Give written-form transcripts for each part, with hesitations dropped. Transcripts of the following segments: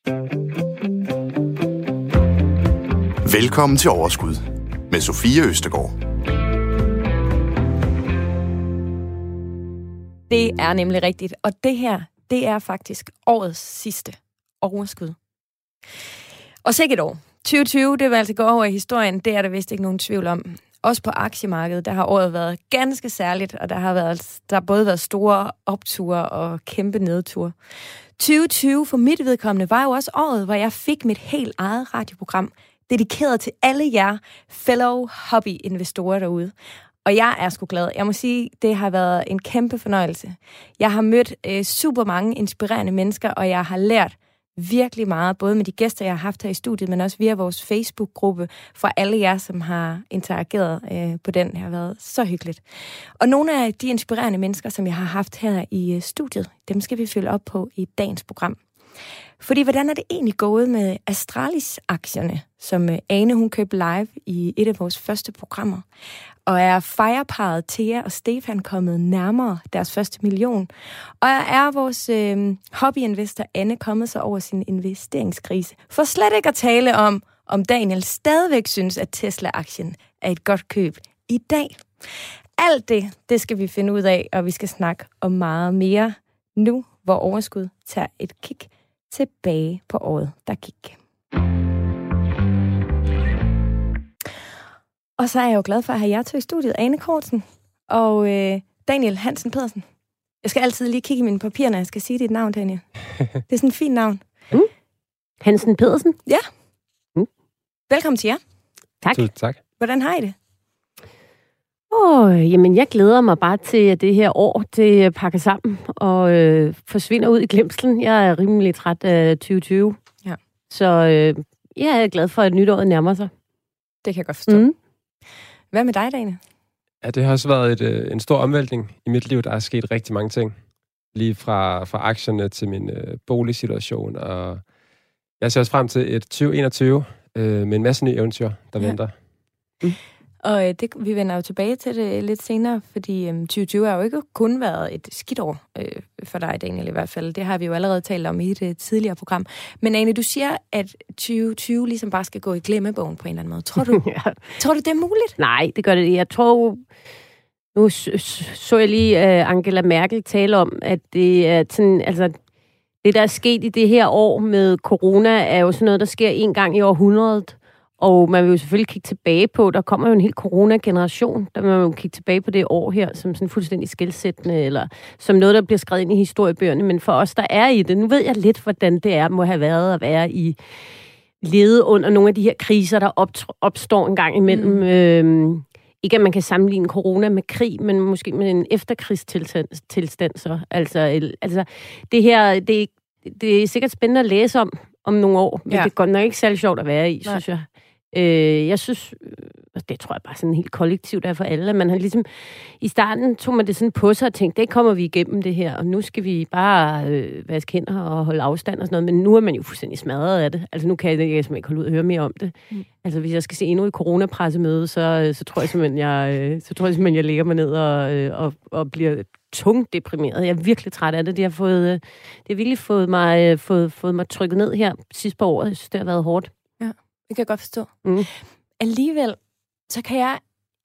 Velkommen til Overskud med Sofie Østergaard. Det er nemlig rigtigt, og det her, det er faktisk årets sidste overskud. Og sikkert et år. 2020, det vil altså gå over i historien, det er der vist ikke nogen tvivl om. Også på aktiemarkedet, der har året været ganske særligt, og der har både været store opture og kæmpe nedture. 2020 for mit vedkommende var jo også året, hvor jeg fik mit helt eget radioprogram, dedikeret til alle jer fellow hobbyinvestorer derude. Og jeg er sgu glad. Jeg må sige, det har været en kæmpe fornøjelse. Jeg har mødt super mange inspirerende mennesker, og jeg har lært virkelig meget, både med de gæster, jeg har haft her i studiet, men også via vores Facebook-gruppe, fra alle jer, som har interageret på den. Det har været så hyggeligt. Og nogle af de inspirerende mennesker, som jeg har haft her i studiet, dem skal vi følge op på i dagens program. Fordi hvordan er det egentlig gået med Astralis-aktierne, som Ane hun købte live i et af vores første programmer? Og er fireparret Thea og Stefan kommet nærmere deres første million? Og er vores hobbyinvestor Anne kommet sig over sin investeringskrise? For slet ikke at tale om Daniel stadigvæk synes, at Tesla-aktien er et godt køb i dag. Alt det skal vi finde ud af, og vi skal snakke om meget mere nu, hvor Overskud tager et kig tilbage på året, der gik. Og så er jeg jo glad for at have jer to i studiet, Ane Kortsen og Daniel Hansen Pedersen. Jeg skal altid lige kigge i mine papirer, når jeg skal sige dit navn, Daniel. Det er sådan et fint navn. Hansen Pedersen? Ja. Velkommen til jer. Tak. Tak. Hvordan har I det? Jamen, jeg glæder mig bare til, at det her år, det pakker sammen og forsvinder ud i glemslen. Jeg er rimelig træt af 2020. Ja. Så jeg er glad for, at nytåret nærmer sig. Det kan jeg godt forstå. Hvad med dig, Daniel? Ja, det har også været en stor omvæltning i mit liv. Der er sket rigtig mange ting. Lige fra aktierne til min boligsituation. Og jeg ser også frem til et 2021 med en masse nye eventyr, der venter. Og vi vender jo tilbage til det lidt senere, fordi 2020 har jo ikke kun været et skidt år for dig, Daniel, i hvert fald. Det har vi jo allerede talt om i et tidligere program. Men Ane, du siger, at 2020 ligesom bare skal gå i glemmebogen på en eller anden måde. Tror du, det er muligt? Nej, det gør det ikke. Jeg tror... Nu så jeg lige Angela Merkel tale om, at det er sådan... Altså, det, der er sket i det her år med corona, er jo sådan noget, der sker en gang i århundredet. Og man vil jo selvfølgelig kigge tilbage på, der kommer jo en hel corona-generation, der man vil kigge tilbage på det år her, som sådan fuldstændig skelsættende, eller som noget, der bliver skrevet ind i historiebøgerne. Men for os, der er i det, nu ved jeg lidt, hvordan det er, må have været at være i ledet under nogle af de her kriser, der opstår en gang imellem. Ikke at man kan sammenligne corona med krig, men måske med en efterkrigstilstand så. Altså det her, det er sikkert spændende at læse om nogle år, men det er godt nok ikke særlig sjovt at være i, synes jeg. Jeg synes, det tror jeg bare sådan helt kollektivt er for alle, at man har ligesom, i starten tog man det sådan på sig og tænkte, det kommer vi igennem det her, og nu skal vi bare vaske hænder og holde afstand og sådan noget, men nu er man jo fuldstændig smadret af det. Altså nu kan jeg simpelthen ikke holde ud og høre mere om det. Altså hvis jeg skal se endnu et coronapressemøde, så tror jeg simpelthen, jeg lægger mig ned og bliver tungt deprimeret. Jeg er virkelig træt af det. Det har virkelig fået mig trykket ned her sidste par år. Jeg synes, det har været hårdt. Ja, det kan jeg godt forstå. Alligevel, så kan jeg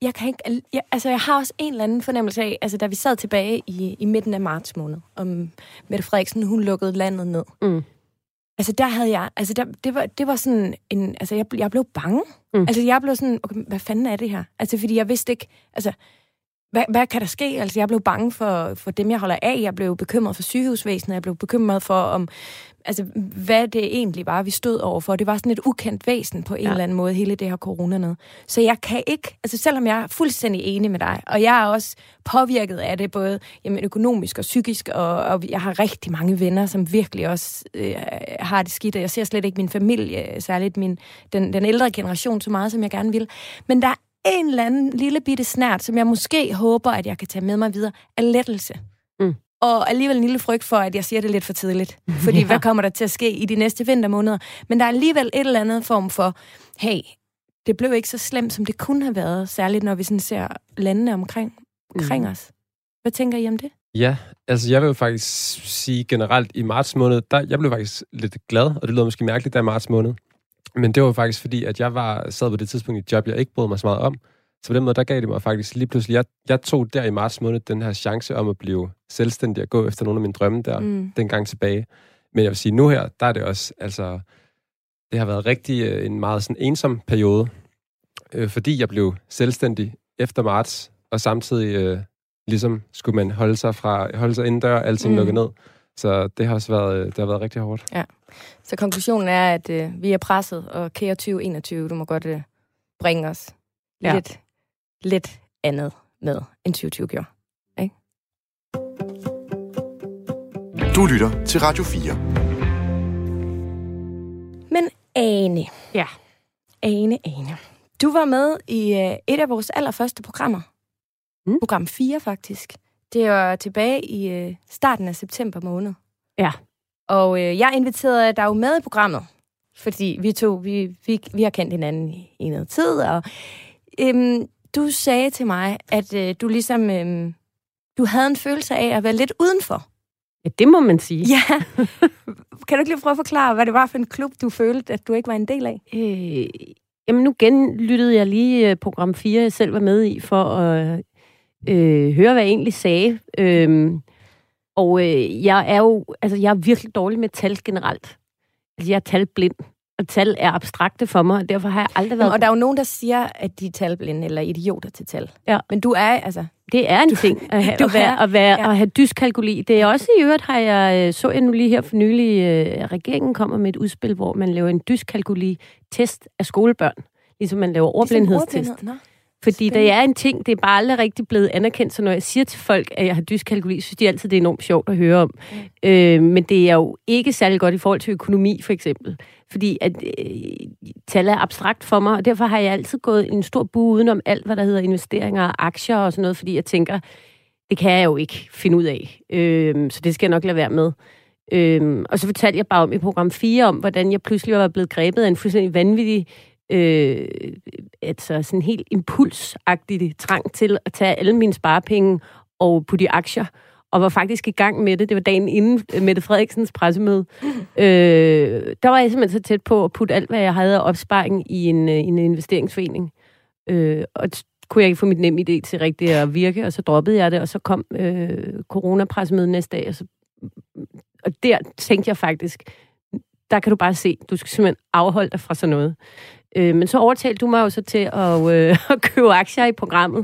har også en eller anden fornemmelse af, altså da vi sad tilbage i midten af marts måned, om Mette Frederiksen, hun lukkede landet ned. Altså der havde jeg, det var sådan en, altså jeg blev bange. Altså jeg blev sådan, okay, hvad fanden er det her? Altså fordi jeg vidste ikke, altså hvad kan der ske? Altså jeg blev bange for dem, jeg holder af. Jeg blev bekymret for sygehusvæsenet. Jeg blev bekymret for, hvad det egentlig var, vi stod overfor. Det var sådan et ukendt væsen på en eller anden måde, hele det her corona noget. Så jeg kan ikke, altså selvom jeg er fuldstændig enig med dig, og jeg er også påvirket af det, både økonomisk og psykisk, og jeg har rigtig mange venner, som virkelig også har det skidt, og jeg ser slet ikke min familie, særligt den ældre generation, så meget, som jeg gerne vil. Men der er en eller anden lille bitte snert, som jeg måske håber, at jeg kan tage med mig videre, af lettelse. Og alligevel en lille frygt for, at jeg siger det lidt for tidligt. Fordi hvad kommer der til at ske i de næste vintermåneder? Men der er alligevel et eller andet form for, hey, det blev ikke så slemt, som det kunne have været, særligt når vi sådan ser landene omkring os. Hvad tænker I om det? Ja, altså jeg vil jo faktisk sige generelt i marts måned, jeg blev faktisk lidt glad, og det lyder måske mærkeligt, der i marts måned. Men det var faktisk fordi, at jeg sad på det tidspunkt i et job, jeg ikke brød mig så meget om. Så på den måde, der gav det mig faktisk lige pludselig, jeg tog der i marts måned den her chance om at blive selvstændig og gå efter nogle af mine drømme der, dengang tilbage. Men jeg vil sige, nu her, der er det også, altså, det har været rigtig en meget sådan ensom periode, fordi jeg blev selvstændig efter marts, og samtidig ligesom skulle man holde sig indendør, alting lukket ned. Så det har også været rigtig hårdt. Ja. Så konklusionen er, at vi er presset, og kære 2021, du må godt bringe os lidt andet med, end 2020 gjorde. Ikke? Du lytter til Radio 4. Men Ane. Ja. Ane. Du var med i et af vores allerførste programmer. Program 4, faktisk. Det var tilbage i starten af september måned. Ja. Og jeg inviterede dig jo med i programmet, fordi vi har kendt hinanden i noget tid, og du sagde til mig, at du ligesom, du havde en følelse af at være lidt udenfor. Ja, det må man sige. Ja. Kan du ikke lige prøve at forklare, hvad det var for en klub, du følte, at du ikke var en del af? Jamen, nu genlyttede jeg lige program 4, jeg selv var med i, for at høre, hvad jeg egentlig sagde. Jeg er virkelig dårlig med tal generelt. Altså, jeg er talblind, og tal er abstrakte for mig, og derfor har jeg aldrig været... Og der er jo nogen, der siger, at de er talblinde, eller idioter til tal. Ja. Men du er, altså... Det er en ting, at have dyskalkuli. Det er også i øvrigt, så jeg nu lige her for nylig, regeringen kommer med et udspil, hvor man laver en dyskalkuli-test af skolebørn, ligesom man laver ordblindhedstest. Fordi det er en ting, det er bare aldrig rigtig blevet anerkendt, så når jeg siger til folk, at jeg har dyskalkuli, synes de altid, det er enormt sjovt at høre om. Men det er jo ikke særlig godt i forhold til økonomi, for eksempel. Fordi at tal er abstrakt for mig, og derfor har jeg altid gået en stor bue udenom alt, hvad der hedder investeringer og aktier og sådan noget, fordi jeg tænker, det kan jeg jo ikke finde ud af. Så det skal jeg nok lade være med. Og så fortalte jeg bare om i program 4, om hvordan jeg pludselig var blevet grebet af en fuldstændig vanvittig altså sådan helt impulsagtig trang til at tage alle mine sparepenge og putte i aktier, og var faktisk i gang med det. Det var dagen inden Mette Frederiksens pressemøde. Der var jeg simpelthen så tæt på at putte alt, hvad jeg havde af opsparing i en investeringsforening. Og kunne jeg ikke få mit NemID til rigtigt at virke, og så droppede jeg det, og så kom coronapressemødet næste dag, og der tænkte jeg faktisk, der kan du bare se, du skal simpelthen afholde dig fra sådan noget. Men så overtalte du mig jo så til at købe aktier i programmet.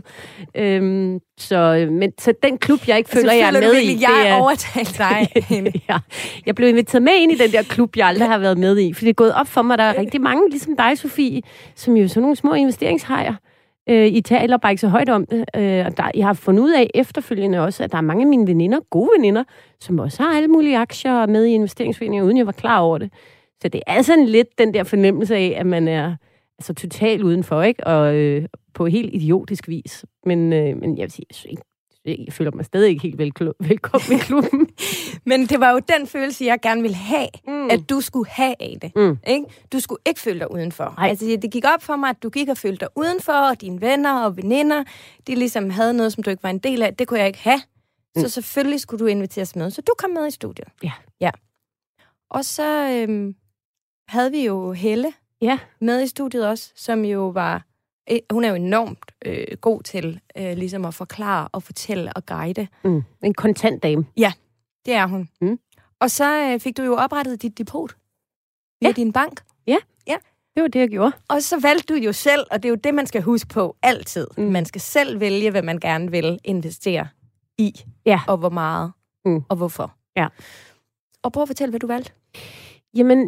Så den klub, jeg ikke føler, jeg er med i... Jeg overtalte dig. Ja, jeg blev inviteret med ind i den der klub, jeg aldrig har været med i. For det er gået op for mig, der er rigtig mange, ligesom dig, Sofie, som jo sådan nogle små investeringshajer. I taler bare ikke så højt om det. Jeg har fundet ud af efterfølgende også, at der er mange af mine veninder, gode veninder, som også har alle mulige aktier med i investeringsforeninger, uden jeg var klar over det. Så det er sådan lidt den der fornemmelse af, at man er altså totalt udenfor, ikke? Og på helt idiotisk vis. Men jeg vil sige, jeg føler mig stadig ikke helt velkommen i klubben. Men det var jo den følelse, jeg gerne ville have, at du skulle have af det. Ikke? Du skulle ikke føle dig udenfor. Altså, det gik op for mig, at du gik og følte dig udenfor, og dine venner og veninder, de ligesom havde noget, som du ikke var en del af. Det kunne jeg ikke have. Så selvfølgelig skulle du inviteres med. Så du kom med i studiet. Ja. Og så havde vi jo Helle med i studiet også, som jo var... Hun er jo enormt god til ligesom at forklare og fortælle og guide. En kontant dame. Ja, det er hun. Og så fik du jo oprettet dit depot via din bank. Ja, det var det, jeg gjorde. Og så valgte du jo selv, og det er jo det, man skal huske på altid. Man skal selv vælge, hvad man gerne vil investere i, og hvor meget, og hvorfor. Ja. Og prøv at fortælle, hvad du valgte. Jamen,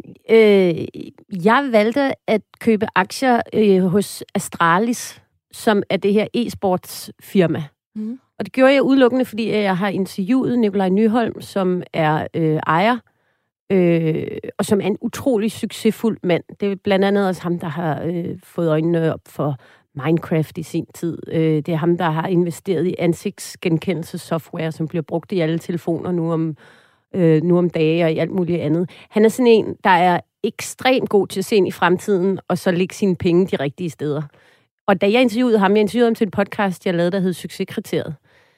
jeg valgte at købe aktier hos Astralis, som er det her e-sportsfirma. Og det gjorde jeg udelukkende, fordi jeg har interviewet Nikolaj Nyholm, som er ejer, og som er en utrolig succesfuld mand. Det er blandt andet også ham, der har fået øjnene op for Minecraft i sin tid. Det er ham, der har investeret i ansigtsgenkendelsessoftware, som bliver brugt i alle telefoner nu om dage og i alt muligt andet. Han er sådan en, der er ekstremt god til at se ind i fremtiden, og så lægge sine penge de rigtige steder. Og da jeg interviewede ham til en podcast, jeg lavede, der hed Succeskriteriet,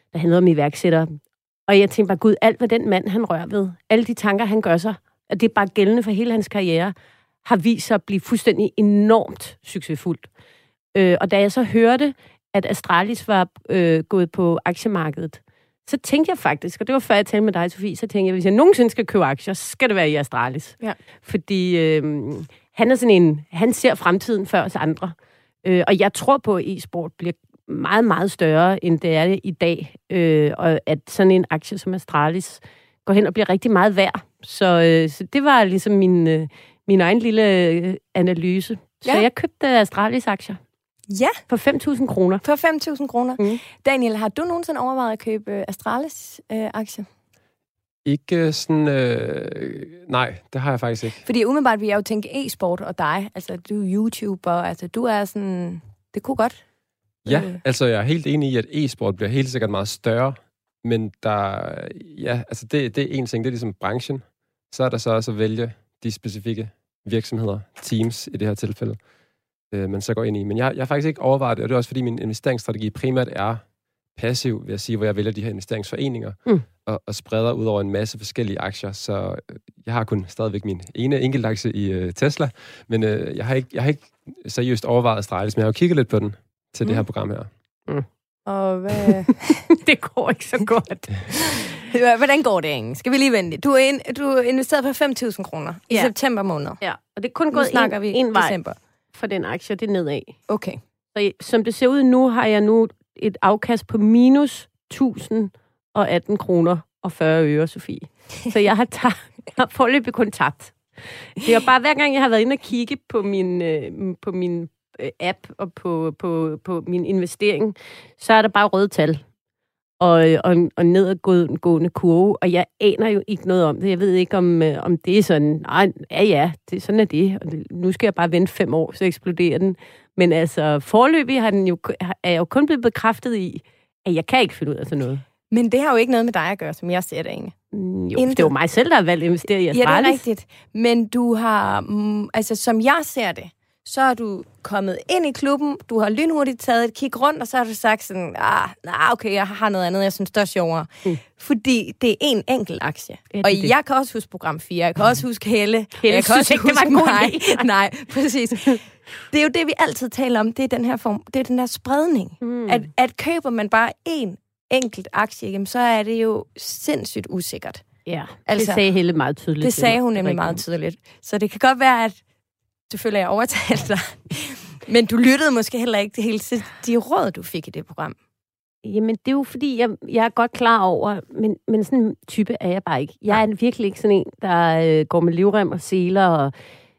der handlede om iværksættere. Og jeg tænkte bare, gud, alt hvad den mand, han rører ved, alle de tanker, han gør sig, at det er bare gældende for hele hans karriere, har vist sig at blive fuldstændig enormt succesfuldt. Og da jeg så hørte, at Astralis var gået på aktiemarkedet, så tænkte jeg faktisk, og det var før jeg talte med dig, Sofie, så tænkte jeg, hvis jeg nogensinde skal købe aktier, så skal det være i Astralis. Ja. Fordi han er sådan han ser fremtiden før os andre. Og jeg tror på, at e-sport bliver meget, meget større, end det er i dag. Og at sådan en aktie som Astralis går hen og bliver rigtig meget værd. Så det var ligesom min egen lille analyse. Så jeg købte Astralis-aktier. Ja. For 5.000 kroner. For 5.000 kroner. Mm. Daniel, har du nogensinde overvejet at købe Astralis-aktier? Ikke sådan... nej, det har jeg faktisk ikke. Fordi umiddelbart vil jeg jo tænke e-sport og dig. Altså, du er YouTuber. Altså, du er sådan... Det kunne godt. Ja, altså jeg er helt enig i, at e-sport bliver helt sikkert meget større. Men der... Ja, altså det er en ting. Det er ligesom branchen. Så er der så også at vælge de specifikke virksomheder, teams i det her tilfælde, man så går ind i. Men jeg har faktisk ikke overvejet det, og det er også fordi min investeringsstrategi primært er passiv, vil jeg sige, hvor jeg vælger de her investeringsforeninger og spreder ud over en masse forskellige aktier. Så jeg har kun stadigvæk min ene enkeltaktie i Tesla, men jeg har ikke seriøst overvejet Astralis, men jeg har jo kigget lidt på den til det her program her. Mm. Og hvad... det går ikke så godt. Hvordan går det egentlig? Skal vi lige vente? Du investerede for 5.000 kroner i september måned. Ja, og det er kun gået en vej december. For den aktie, det er nedad. Okay. Så som det ser ud nu, har jeg nu et afkast på minus 1.018 kroner og 40 øre, Sofie. Så jeg har foreløbig kun tabt. Det er bare hver gang, jeg har været inde og kigge på min app og på min investering, så er der bare røde tal. Og nedadgående kurve, og jeg aner jo ikke noget om det. Jeg ved ikke, om det er sådan, sådan er det. Og nu skal jeg bare vente 5 år, så eksploderer den. Men altså, foreløbig er jeg jo kun blevet bekræftet i, at jeg kan ikke finde ud af sådan noget. Men det har jo ikke noget med dig at gøre, som jeg ser det egentlig. Det er jo mig selv, der har valgt at investere i Astralis. Ja, det er rigtigt. Men du har, som jeg ser det, så er du kommet ind i klubben, du har lynhurtigt taget et kig rundt, og så har du sagt sådan, okay, jeg har noget andet, jeg synes, det er sjovere. Fordi det er en enkelt aktie. Ja, og jeg kan også huske program 4, jeg kan også huske Helle, jeg kan også huske mig. Nej, præcis. Det er jo det, vi altid taler om, det er den her form, det er den der spredning. At køber man bare en enkelt aktie, jamen, så er det jo sindssygt usikkert. Ja, altså, det sagde Helle meget tydeligt. Det sagde hun nemlig meget tydeligt. Så det kan godt være, at selvfølgelig jeg overtalte dig. Men du lyttede måske heller ikke helt til de råd, du fik i det program. Jamen, det er jo fordi, jeg er godt klar over, men sådan en type er jeg bare ikke. Jeg er virkelig ikke sådan en, der går med livrem og seler og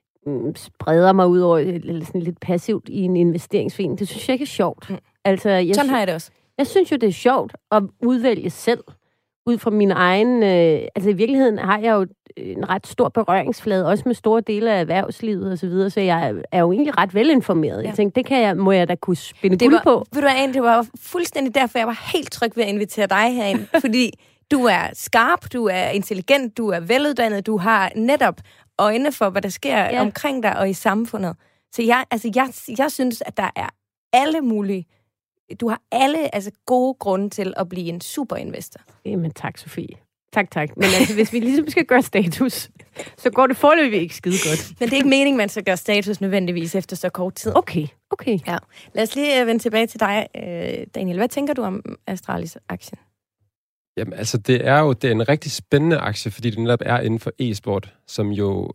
spreder mig ud over eller sådan lidt passivt i en investeringsforening. Det synes jeg ikke er sjovt. Altså, sådan har jeg det også. Jeg synes jo, det er sjovt at udvælge selv ud fra min egen... altså i virkeligheden har jeg jo en ret stor berøringsflade, også med store dele af erhvervslivet og så videre, så jeg er jo egentlig ret velinformeret. Ja. Jeg tænkte, må jeg da kunne spinde guld på. Ved du hvad, det var fuldstændig derfor, jeg var helt tryg ved at invitere dig herind, fordi du er skarp, du er intelligent, du er veluddannet, du har netop øjne for, hvad der sker omkring dig og i samfundet. Så jeg synes, at der er alle mulige... Du har alle gode grunde til at blive en superinvestor. Jamen tak, Sofie. Tak. Men altså, hvis vi ligesom skal gøre status, så går det foreløbig ikke skide godt. Men det er ikke meningen, man skal gøre status nødvendigvis efter så kort tid. Okay. Ja. Lad os lige vende tilbage til dig, Daniel. Hvad tænker du om Astralis-aktien? Jamen altså, det er en rigtig spændende aktie, fordi det netop er inden for e-sport, som jo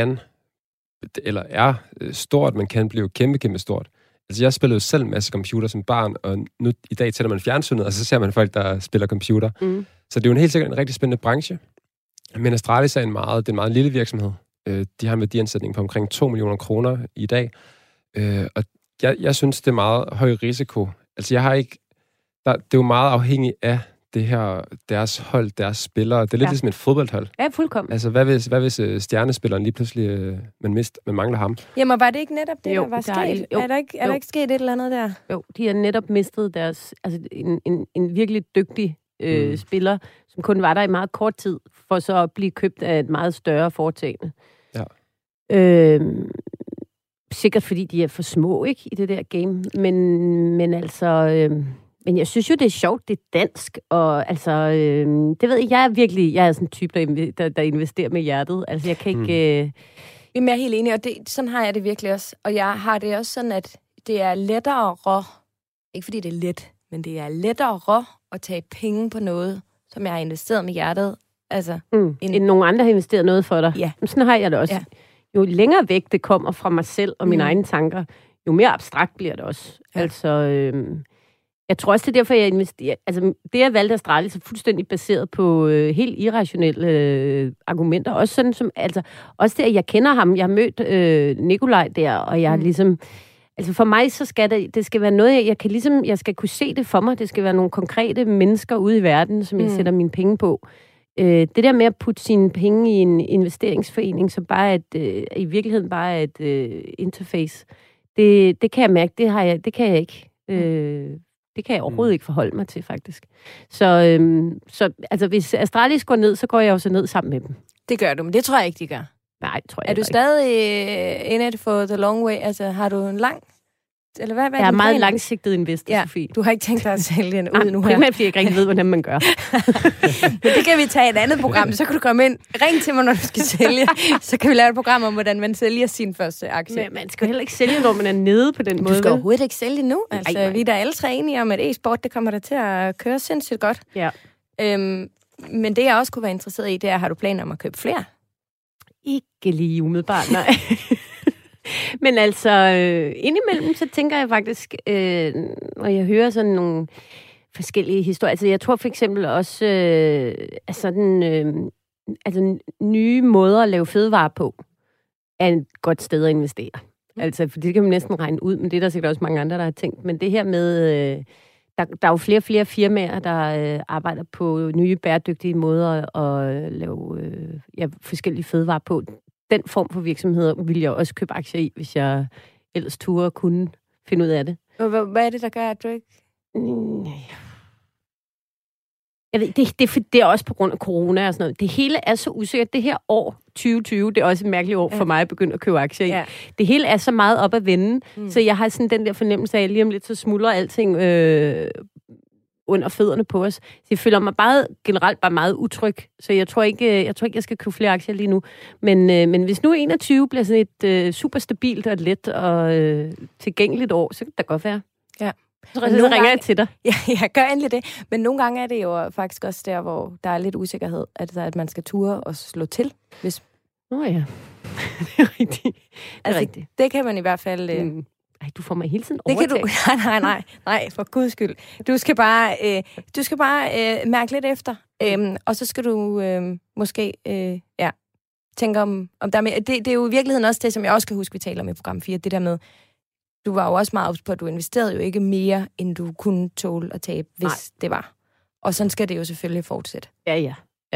eller er stort, men kan blive kæmpe stort. Altså, jeg spillede jo selv en masse computer som barn, og nu i dag tænder man fjernsynet, og så ser man folk, der spiller computer. Så det er jo helt sikkert en rigtig spændende branche. Men Astralis er en meget lille virksomhed. De har en værdiansætning på omkring 2 millioner kroner i dag. Og jeg synes, det er meget høj risiko. Altså, det er jo meget afhængigt af det her, deres hold, deres spillere. Det er lidt ligesom et fodboldhold. Ja, fuldkommen. Altså, hvad hvis stjernespilleren lige pludselig man mangler ham? Jamen, var det ikke netop det, der var sket? Er der ikke sket et eller andet der? Jo, de har netop mistet deres... Altså, en virkelig dygtig spiller, som kun var der i meget kort tid, for så at blive købt af et meget større foretagende. Ja. Sikkert fordi de er for små, ikke, i det der game. Men altså... Men jeg synes jo, det er sjovt, det er dansk, og altså, det ved jeg er sådan en type, der investerer med hjertet. Altså, jeg kan ikke... Jeg er helt enig, og sådan har jeg det virkelig også. Og jeg har det også sådan, at det er lettere, ikke fordi det er let, men det er lettere at tage penge på noget, som jeg har investeret med hjertet. Altså, end nogen andre har investeret noget for dig. Ja. Sådan har jeg det også. Ja. Jo længere væk det kommer fra mig selv og mine egne tanker, jo mere abstrakt bliver det også. Ja. Altså, jeg tror også, det er derfor, jeg investerer... Altså, det, jeg valgte Astralis, er fuldstændig baseret på helt irrationelle argumenter. Også sådan som... Altså, også det, at jeg kender ham. Jeg har mødt Nikolaj der, og jeg ligesom... Altså, for mig, så skal det skal være noget, jeg kan ligesom... Jeg skal kunne se det for mig. Det skal være nogle konkrete mennesker ude i verden, som jeg sætter mine penge på. Det der med at putte sine penge i en investeringsforening, som bare i virkeligheden bare er et interface, det kan jeg mærke, det kan jeg ikke. Det kan jeg overhovedet ikke forholde mig til, faktisk. Så altså, hvis Astralis går ned, så går jeg også ned sammen med dem. Det gør du, men det tror jeg ikke, de gør. Nej, tror jeg ikke. Er du stadig in it for the long way? Altså, har du en lang... Eller hvad jeg er meget langsigtet investor, Sofie. Du har ikke tænkt dig at sælge den ud nu her. Primært, fordi jeg ikke rigtig ved, hvordan man gør. Men det kan vi tage et andet program. Så kan du komme ind. Ring til mig, når du skal sælge. Så kan vi lave et program om, hvordan man sælger sin første aktie. Men man skal heller ikke sælge, når man er nede på den måde. Du skal overhovedet ikke sælge nu. Altså, vi er da alle tre enige om, at e-sport, det kommer der til at køre sindssygt godt. Ja. Men det, jeg også kunne være interesseret i, det er, har du planer om at købe flere? Ikke lige umiddelbart, nej. Men altså, indimellem, så tænker jeg faktisk, når jeg hører sådan nogle forskellige historier, altså jeg tror for eksempel også, altså nye måder at lave fødevarer på, er et godt sted at investere. Altså, for det kan man næsten regne ud, men det er der sikkert også mange andre, der har tænkt. Men det her med, der er jo flere og flere firmaer, der arbejder på nye bæredygtige måder at lave forskellige fødevarer på. Den form for virksomheder ville jeg også købe aktier i, hvis jeg ellers turde kunne finde ud af det. Hvad er det, der gør, at du ikke... Jeg ved, det er også på grund af corona og sådan noget. Det hele er så usikkert. Det her år, 2020, det er også et mærkeligt år for mig at begynde at købe aktier i. Ja. Det hele er så meget op at vende, så jeg har sådan den der fornemmelse af, at lige om lidt, så smuldrer alting under fødderne på os. Så jeg føler mig generelt bare meget utryg. Så jeg tror ikke, jeg skal købe flere aktier lige nu. Men hvis nu 21 bliver sådan et super stabilt og let og tilgængeligt år, så kan det godt være. Ja. Så ringer jeg til dig. Ja, jeg gør endelig det. Men nogle gange er det jo faktisk også der, hvor der er lidt usikkerhed. Altså, at man skal ture og slå til. Hvis... Ja, det er rigtigt. Altså, det kan man i hvert fald... Ej, du får mig hele tiden overtaget. Det kan du... Nej, for guds skyld. Du skal bare mærke lidt efter. Og så skal du måske tænke om der er mere. Det er jo i virkeligheden også det, som jeg også kan huske, vi taler om i program 4. Det der med, du var jo også meget ops på, at du investerede jo ikke mere, end du kunne tåle at tabe, hvis det var. Og sådan skal det jo selvfølgelig fortsætte. Ja.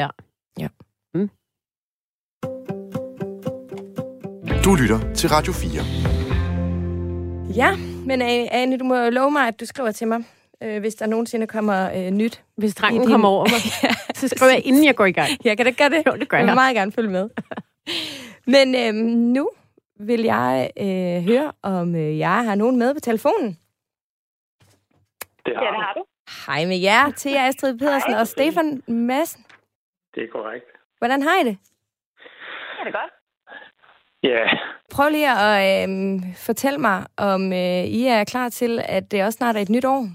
Du lytter til Radio 4. Ja, men Ane, du må love mig, at du skriver til mig, hvis der nogensinde kommer nyt. Hvis drengen kommer over mig, så skriver jeg, inden jeg går i gang. Ja, kan det gøre det? Jo, det gør jeg. Jeg vil meget gerne følge med. Men nu vil jeg høre, om jeg har nogen med på telefonen. Det har du. Hej med jer, Thea Astrid Pedersen og Stefan Madsen. Det er korrekt. Hvordan har I det? Ja, det er godt. Ja. Prøv lige at fortælle mig, om I er klar til, at det også snart er et nyt år.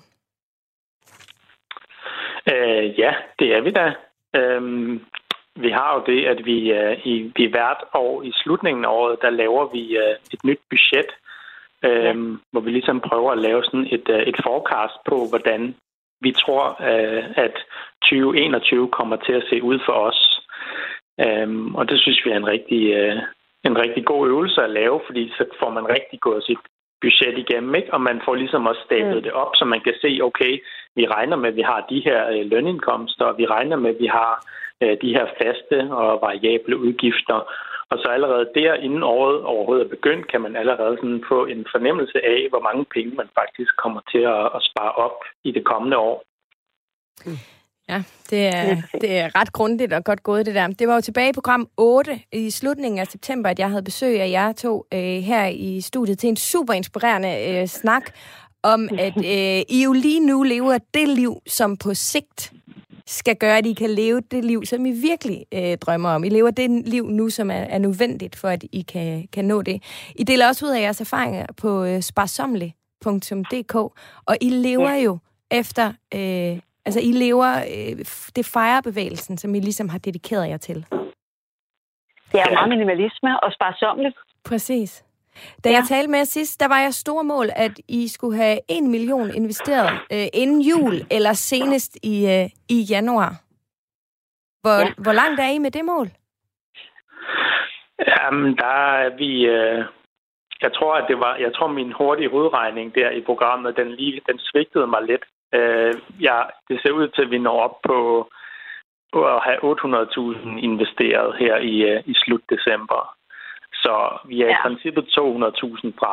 Ja, det er vi da. Vi har jo det, at vi hvert år i slutningen af året, der laver vi et nyt budget, hvor vi ligesom prøver at lave sådan et forecast på, hvordan vi tror, at 2021 kommer til at se ud for os. Og det synes vi er en rigtig god øvelse at lave, fordi så får man rigtig gået sit budget igennem, ikke? Og man får ligesom også stablet det op, så man kan se, okay, vi regner med, at vi har de her lønindkomster, og vi regner med, at vi har de her faste og variable udgifter. Og så allerede der, inden året overhovedet er begyndt, kan man allerede sådan få en fornemmelse af, hvor mange penge man faktisk kommer til at spare op i det kommende år. Ja, det er ret grundigt og godt gået, det der. Det var jo tilbage i program 8 i slutningen af september, at jeg havde besøg af jer to her i studiet til en super inspirerende snak om at I jo lige nu lever det liv, som på sigt skal gøre, at I kan leve det liv, som I virkelig drømmer om. I lever det liv nu, som er nødvendigt for, at I kan nå det. I deler også ud af jeres erfaringer på sparsomlig.dk, og I lever jo efter... I lever det FIRE-bevægelsen, som I ligesom har dedikeret jer til. Ja, meget minimalisme og sparsomligt. Præcis. Da jeg talte med jer sidst, der var jeres store mål, at I skulle have 1 million investeret inden jul, eller senest i januar. Hvor langt er I med det mål? Jamen, der er vi... Jeg tror, min hurtige udregning der i programmet, den svigtede mig lidt. Det ser ud til, at vi når op på at have 800.000 investeret her i slut december. Så vi er i princippet 200.000 fra.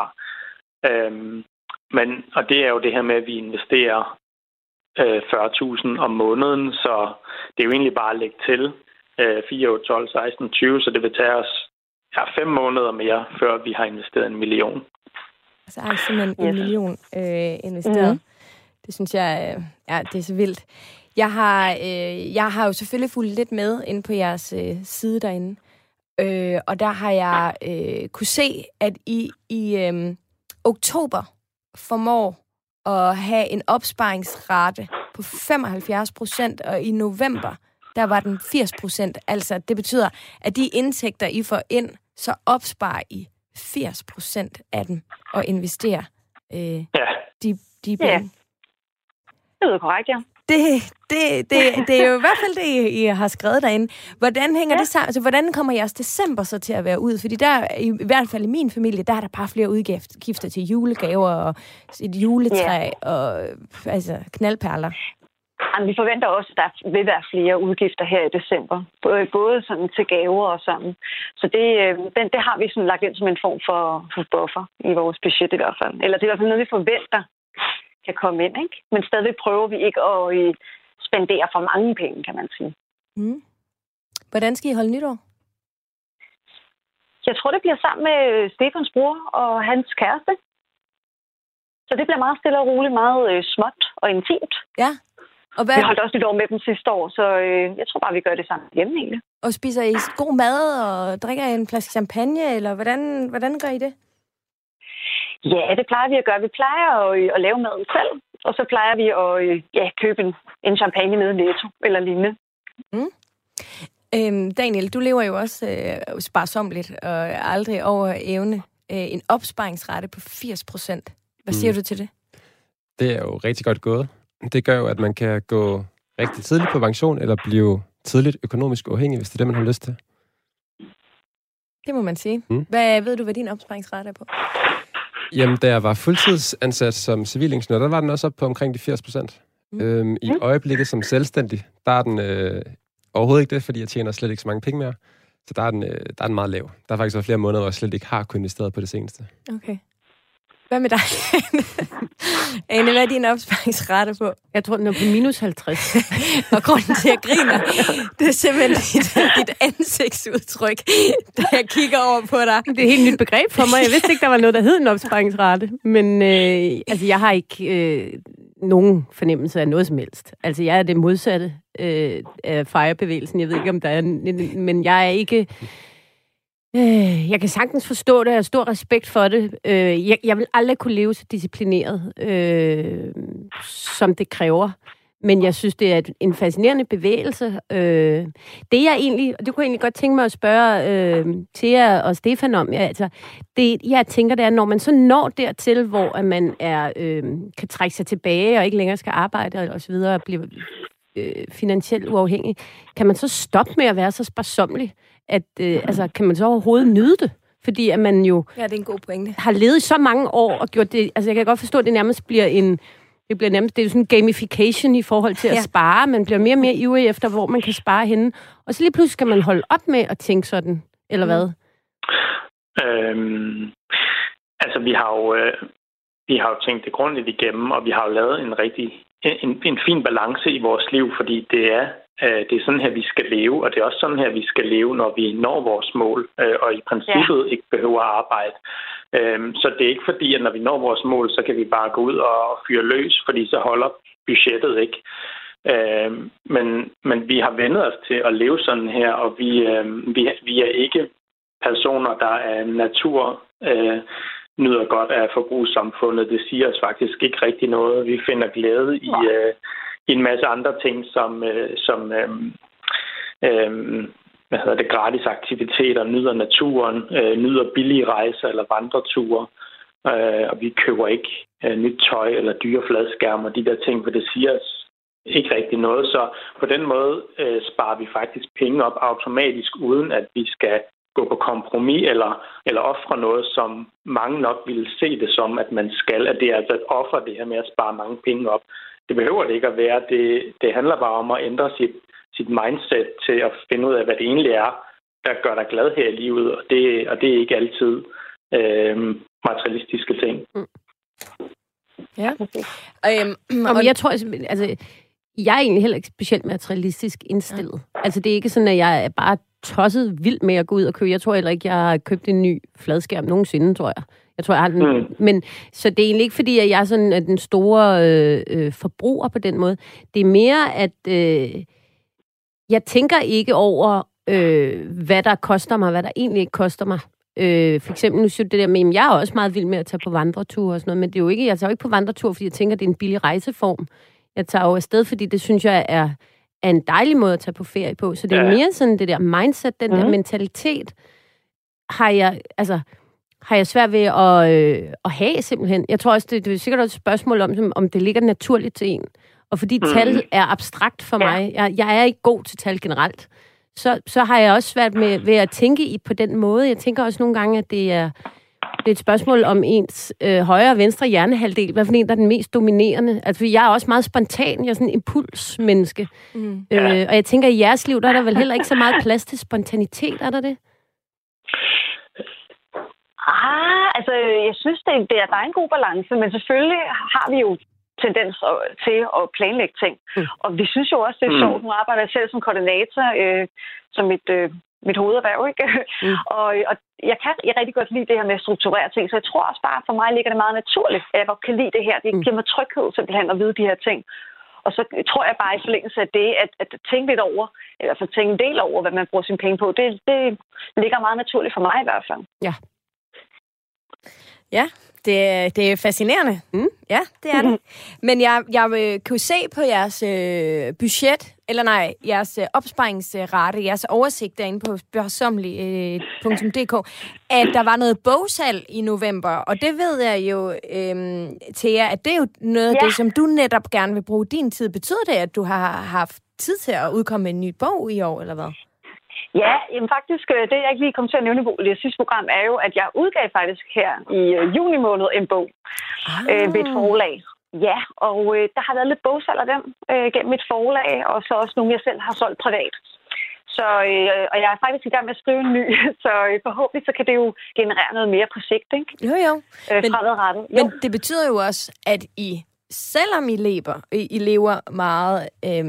Og det er jo det her med, at vi investerer 40.000 om måneden, så det er jo egentlig bare at lægge til 4, 8, 12, 16, 20, så det vil tage os 5 måneder mere, før vi har investeret 1 million. Altså simpelthen 1 million investeret. Mm. Det synes jeg, det er så vildt. Jeg har jo selvfølgelig fulgt lidt med inde på jeres side derinde. Og der har jeg kunne se, at I oktober formår at have en opsparingsrate på 75%, og i november, der var den 80%. Altså, det betyder, at de indtægter, I får ind, så opsparer I 80% af dem og investerer de penge. Det er korrekt, ja. Det er jo i hvert fald det, I har skrevet derinde. Hvordan hænger det sammen? Altså, hvordan kommer jeres december så til at være ud? Fordi der, i hvert fald i min familie, der er der bare flere udgifter til julegaver og et juletræ og knaldperler. Jamen, vi forventer også, at der vil være flere udgifter her i december. Både sådan til gaver og sådan. Så det har vi sådan lagt ind som en form for buffer i vores budget i hvert fald. Eller det er i hvert fald noget, vi forventer kan komme ind, ikke? Men stadig prøver vi ikke at spendere for mange penge, kan man sige. Mm. Hvordan skal I holde nytår? Jeg tror, det bliver sammen med Stefans bror og hans kæreste. Så det bliver meget stille og roligt, meget småt og intimt. Ja. Og vi holdt også nytår med dem sidste år, så jeg tror bare, vi gør det sammen hjemme egentlig. Og spiser I god mad og drikker I en flaske champagne, eller hvordan gør I det? Ja, det plejer vi at gøre. Vi plejer at lave maden selv, og så plejer vi at købe en champagne nede i Netto eller lignende. Mm. Daniel, du lever jo også sparsomligt og aldrig over evne. En opsparingsrate på 80%. Hvad siger du til det? Det er jo rigtig godt gået. Det gør jo, at man kan gå rigtig tidligt på pension, eller blive tidligt økonomisk uafhængig, hvis det er det, man har lyst til. Det må man sige. Ved du, hvad din opsparingsrate er på? Jamen, da jeg var fuldtidsansat som civilingeniør, der var den også op på omkring de 80%. I øjeblikket som selvstændig, der er den overhovedet ikke det, fordi jeg tjener slet ikke så mange penge mere. Så der er den meget lav. Der er faktisk også flere måneder, hvor jeg slet ikke har kunnet investere på det seneste. Okay. Hvad med dig? Ane, hvad er din opsparingsrate på? Jeg tror, den er på minus 50. Og grunden til, at jeg griner, det er simpelthen dit ansigtsudtryk, da jeg kigger over på dig. Det er et helt nyt begreb for mig. Jeg vidste ikke, der var noget, der hed en opsparingsrate. Men jeg har ikke nogen fornemmelse af noget som helst. Altså, jeg er det modsatte af FIRE-bevægelsen. Jeg ved ikke, om der er... Men jeg er ikke... Jeg kan sagtens forstå det, og jeg har stor respekt for det. Jeg vil aldrig kunne leve så disciplineret, som det kræver. Men jeg synes, det er en fascinerende bevægelse. Det jeg egentlig, og det kunne jeg egentlig godt tænke mig at spørge Thea og Stefan om, det jeg tænker, det er, når man så når dertil, hvor man kan trække sig tilbage og ikke længere skal arbejde og så videre og blive finansielt uafhængig, kan man så stoppe med at være så sparsomlig? Kan man så overhovedet nyde det? Fordi at man jo det er en god pointe. Har levet i så mange år og gjort det... Altså, jeg kan godt forstå, at det nærmest bliver det er jo sådan en gamification i forhold til at spare. Man bliver mere og mere ivrig efter, hvor man kan spare henne. Og så lige pludselig skal man holde op med at tænke sådan, eller hvad? Vi har jo tænkt det grundigt igennem, og vi har jo lavet en fin balance i vores liv, fordi det er sådan her, vi skal leve, og det er også sådan her, vi skal leve, når vi når vores mål, og i princippet ikke behøver at arbejde Så det er ikke fordi, at når vi når vores mål, så kan vi bare gå ud og fyre løs, fordi så holder budgettet ikke. Men vi har vendet os til at leve sådan her, og vi er ikke personer, der er natur nyder godt af forbrugssamfundet. Det siger os faktisk ikke rigtig noget. Vi finder glæde i en masse andre ting, som gratis aktiviteter, nyder naturen, nyder billige rejser eller vandreture. Og vi køber ikke nyt tøj eller dyre fladskærme og de der ting, for det siger os ikke rigtig noget. Så på den måde sparer vi faktisk penge op automatisk, uden at vi skal gå på kompromis eller ofre noget, som mange nok ville se det som, at man skal. At det er altså et offer, det her med at spare mange penge op. Det behøver det ikke at være. Det handler bare om at ændre sit mindset til at finde ud af, hvad det egentlig er, der gør dig glad her i livet. Og det er ikke altid materialistiske ting. Ja. Jeg tror, altså, jeg er egentlig heller ikke specielt materialistisk indstillet. Ja. Altså, det er ikke sådan, at jeg er bare tosset vildt med at gå ud og købe. Jeg tror heller ikke, jeg har købt en ny fladskærm nogensinde, tror jeg. Jeg tror, jeg har den. Men, så det er egentlig ikke, fordi at jeg er sådan den store forbruger på den måde. Det er mere, at jeg tænker ikke over, hvad der koster mig, hvad der egentlig ikke koster mig. For eksempel, nu synes det der med, at jeg er også meget vild med at tage på vandreture og sådan noget, men det er jo ikke, jeg tager jo ikke på vandreture, fordi jeg tænker, det er en billig rejseform. Jeg tager jo afsted, fordi det synes jeg er en dejlig måde at tage på ferie på. Så det er mere sådan det der mindset, den der mentalitet, har jeg svært ved at have simpelthen. Jeg tror også, det er sikkert også et spørgsmål om det ligger naturligt til en. Og fordi tal er abstrakt for mig, jeg er ikke god til tal generelt, så har jeg også svært ved at tænke på den måde. Jeg tænker også nogle gange, at det er et spørgsmål om ens højre og venstre hjernehalvdel. Hvad for en, der er den mest dominerende? Altså, jeg er også meget spontan. Jeg er sådan en impulsmenneske. Og jeg tænker, i jeres liv, der er der vel heller ikke så meget plads til spontanitet, er der det? Altså, jeg synes, der er en god balance, men selvfølgelig har vi jo tendens til at planlægge ting. Og vi synes jo også, det er sjovt. Nu arbejder jeg selv som koordinator, som mit hovederhverv, ikke? Og jeg kan rigtig godt lide det her med at strukturere ting, så jeg tror også bare, for mig ligger det meget naturligt, at jeg godt kan lide det her. Det giver mig tryghed simpelthen at vide de her ting. Og så tror jeg bare i forlængelse af det, at tænke lidt over, eller for tænke en del over, hvad man bruger sine penge på, det ligger meget naturligt for mig i hvert fald. Ja. Ja, det er fascinerende. Ja, det er det. Men jeg kan jo se på jeres budget, jeres opsparingsrate, jeres oversigt derinde på spørgsomlig.dk, at der var noget bogsalg i november, og det ved jeg jo, Thea, at det er jo noget af det, som du netop gerne vil bruge din tid. Betyder det, at du har haft tid til at udkomme med en ny bog i år, eller hvad? Ja, jamen faktisk, det jeg ikke lige kom til at nævne i det sidste program, er jo, at jeg udgav faktisk her i juni måned en bog ved et forlag. Ja, og der har været lidt bogsalg af dem gennem et forlag, og så også nogle, jeg selv har solgt privat. Så, og jeg er faktisk i gang med at skrive en ny, så forhåbentlig så kan det jo generere noget mere på sigt, ikke? Jo. Fremadrettet. Men det betyder jo også, at selvom I lever meget...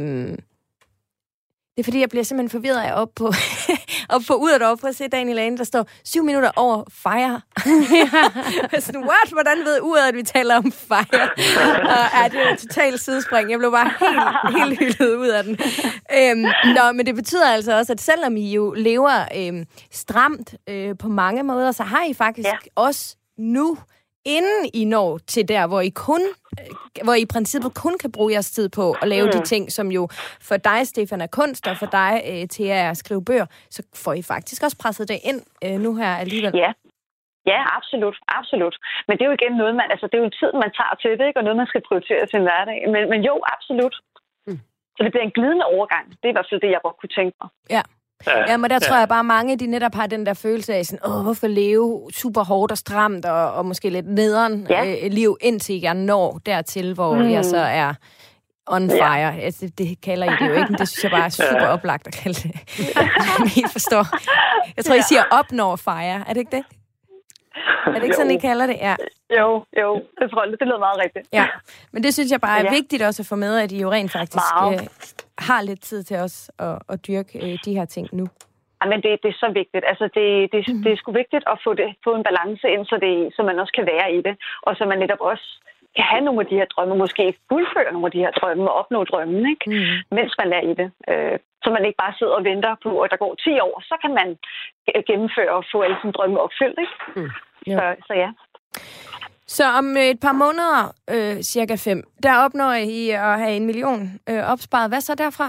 Det er fordi, jeg bliver simpelthen forvirret af op på uret over på at se Daniel Ane, der står 7 minutter over fire. Sådan, what? Hvordan ved uret, at vi taler om fire? Og det er jo totalt sidespring. Jeg blev bare helt hyldet ud af den. Men det betyder altså også, at selvom I jo lever stramt på mange måder, så har I faktisk også nu, inden I når til der, hvor I i princippet kun kan bruge jeres tid på at lave de ting, som jo for dig, Stefan, er kunst, og for dig, Thea, at skrive bøger, så får I faktisk også presset det ind nu her alligevel. Ja, absolut. Men det er jo igen noget, det er jo en tid, man tager til det, ikke? Og noget, man skal prioritere i sin hverdag. Men jo, absolut. Så det bliver en glidende overgang. Det er i hvert fald det, jeg godt kunne tænke mig. Ja, men der tror jeg bare, mange de netop har den der følelse af sådan, hvorfor leve super hårdt og stramt og måske lidt nederen liv, indtil jeg når dertil, hvor jeg så er on fire. Altså, det kalder I det jo ikke, men det synes jeg bare er super oplagt at kalde det. I forstår. Jeg tror, I siger opnår fire. Er det ikke det? Er det ikke sådan, I kalder det? Ja. Jo. Det tror jeg, det lyder meget rigtigt. Ja, men det synes jeg bare er vigtigt også at få med, at I jo rent faktisk har lidt tid til os at dyrke de her ting nu. Men det er så vigtigt. Altså, det er sgu vigtigt at få en balance ind, så man også kan være i det. Og så man netop også kan have nogle af de her drømme, måske fuldføre nogle af de her drømme og opnå drømmen, ikke? Mens man er i det. Så man ikke bare sidder og venter på, at der går 10 år, så kan man gennemføre og få alle sine drømme opfyldt, ikke? Så ja. Så om et par måneder, cirka 5, der opnår I at have 1 million opsparet. Hvad så derfra?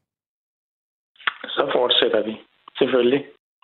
Så fortsætter vi, selvfølgelig.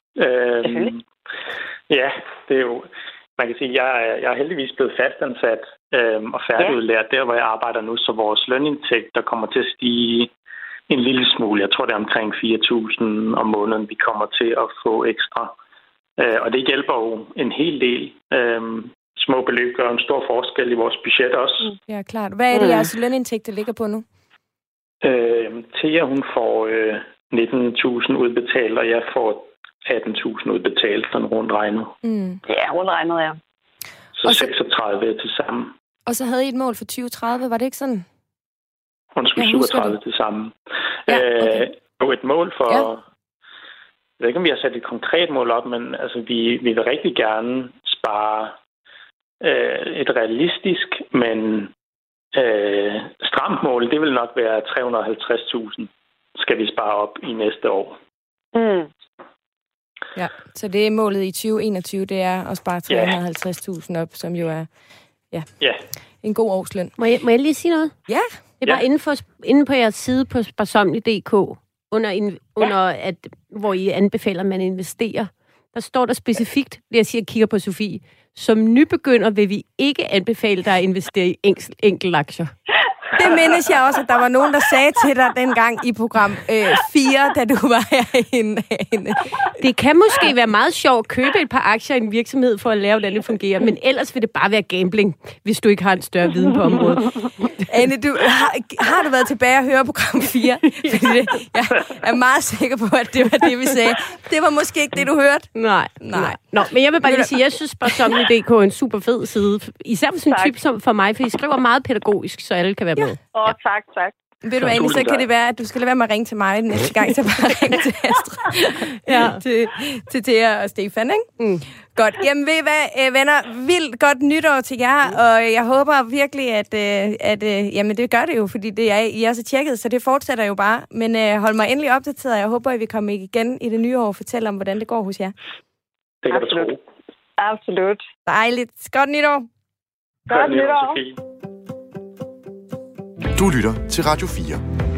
Ja, det er jo... Man kan sige, at jeg er heldigvis blevet fastansat og færdigudlært der, hvor jeg arbejder nu, så vores lønindtægter kommer til at stige en lille smule. Jeg tror, det er omkring 4.000 om måneden, vi kommer til at få ekstra. Og det hjælper jo en hel del. Små beløb gør en stor forskel i vores budget også. Ja, klart. Hvad er det, jeres lønindtægter ligger på nu? Thea, hun får 19.000 udbetalt, og jeg får 18.000 udbetalt, sådan rundt regnet. Ja, rundt regnet, ja. Så 36 til sammen. Og så havde I et mål for 2030, var det ikke sådan? Undskyld, 37 til sammen. Ja, okay. Et mål for... Ja. Jeg ved ikke, om vi har sat et konkret mål op, men altså, vi vil rigtig gerne spare et realistisk, men stramt mål. Det vil nok være 350.000 skal vi spare op i næste år. Ja, så det er målet i 2021, det er at spare 350.000 op, som jo er en god årsløn. Må jeg lige sige noget? Ja. Det er bare inde på jeres side på sparsomlig.dk, hvor I anbefaler, at man investerer. Der står der specifikt, det jeg siger, kigger på Sofie, som nybegynder vil vi ikke anbefale dig at investere i enkeltaktier. Det mindes jeg også, at der var nogen, der sagde til dig dengang i program 4, da du var herinde. Det kan måske være meget sjovt at købe et par aktier i en virksomhed for at lære, hvordan det fungerer, men ellers vil det bare være gambling, hvis du ikke har en større viden på området. Anne, har du været tilbage og høre program 4? Jeg er meget sikker på, at det var det, vi sagde. Det var måske ikke det, du hørte. Nej. Nå, men jeg vil bare lige sige, jeg synes bare Sparsomlig.dk er en super fed side. Især for sådan en type som for mig, for I skriver meget pædagogisk, så alle kan være med. Tak. Ved du hvad, Annie, så kan det være, at du skal lade være med at ringe til mig næste gang, så bare ringe til Astrid. til Thea og Stefan, ikke? Godt. Jamen, ved I hvad, venner, vildt godt nytår til jer, og jeg håber virkelig, at jamen, det gør det jo, fordi I er så tjekket, så det fortsætter jo bare. Men hold mig endelig opdateret, jeg håber, at vi kommer igen i det nye år og fortæller om, hvordan det går hos jer. Det kan du tro. Absolut. Dejligt. Godt nytår. Godt nytår. Du lytter til Radio 4.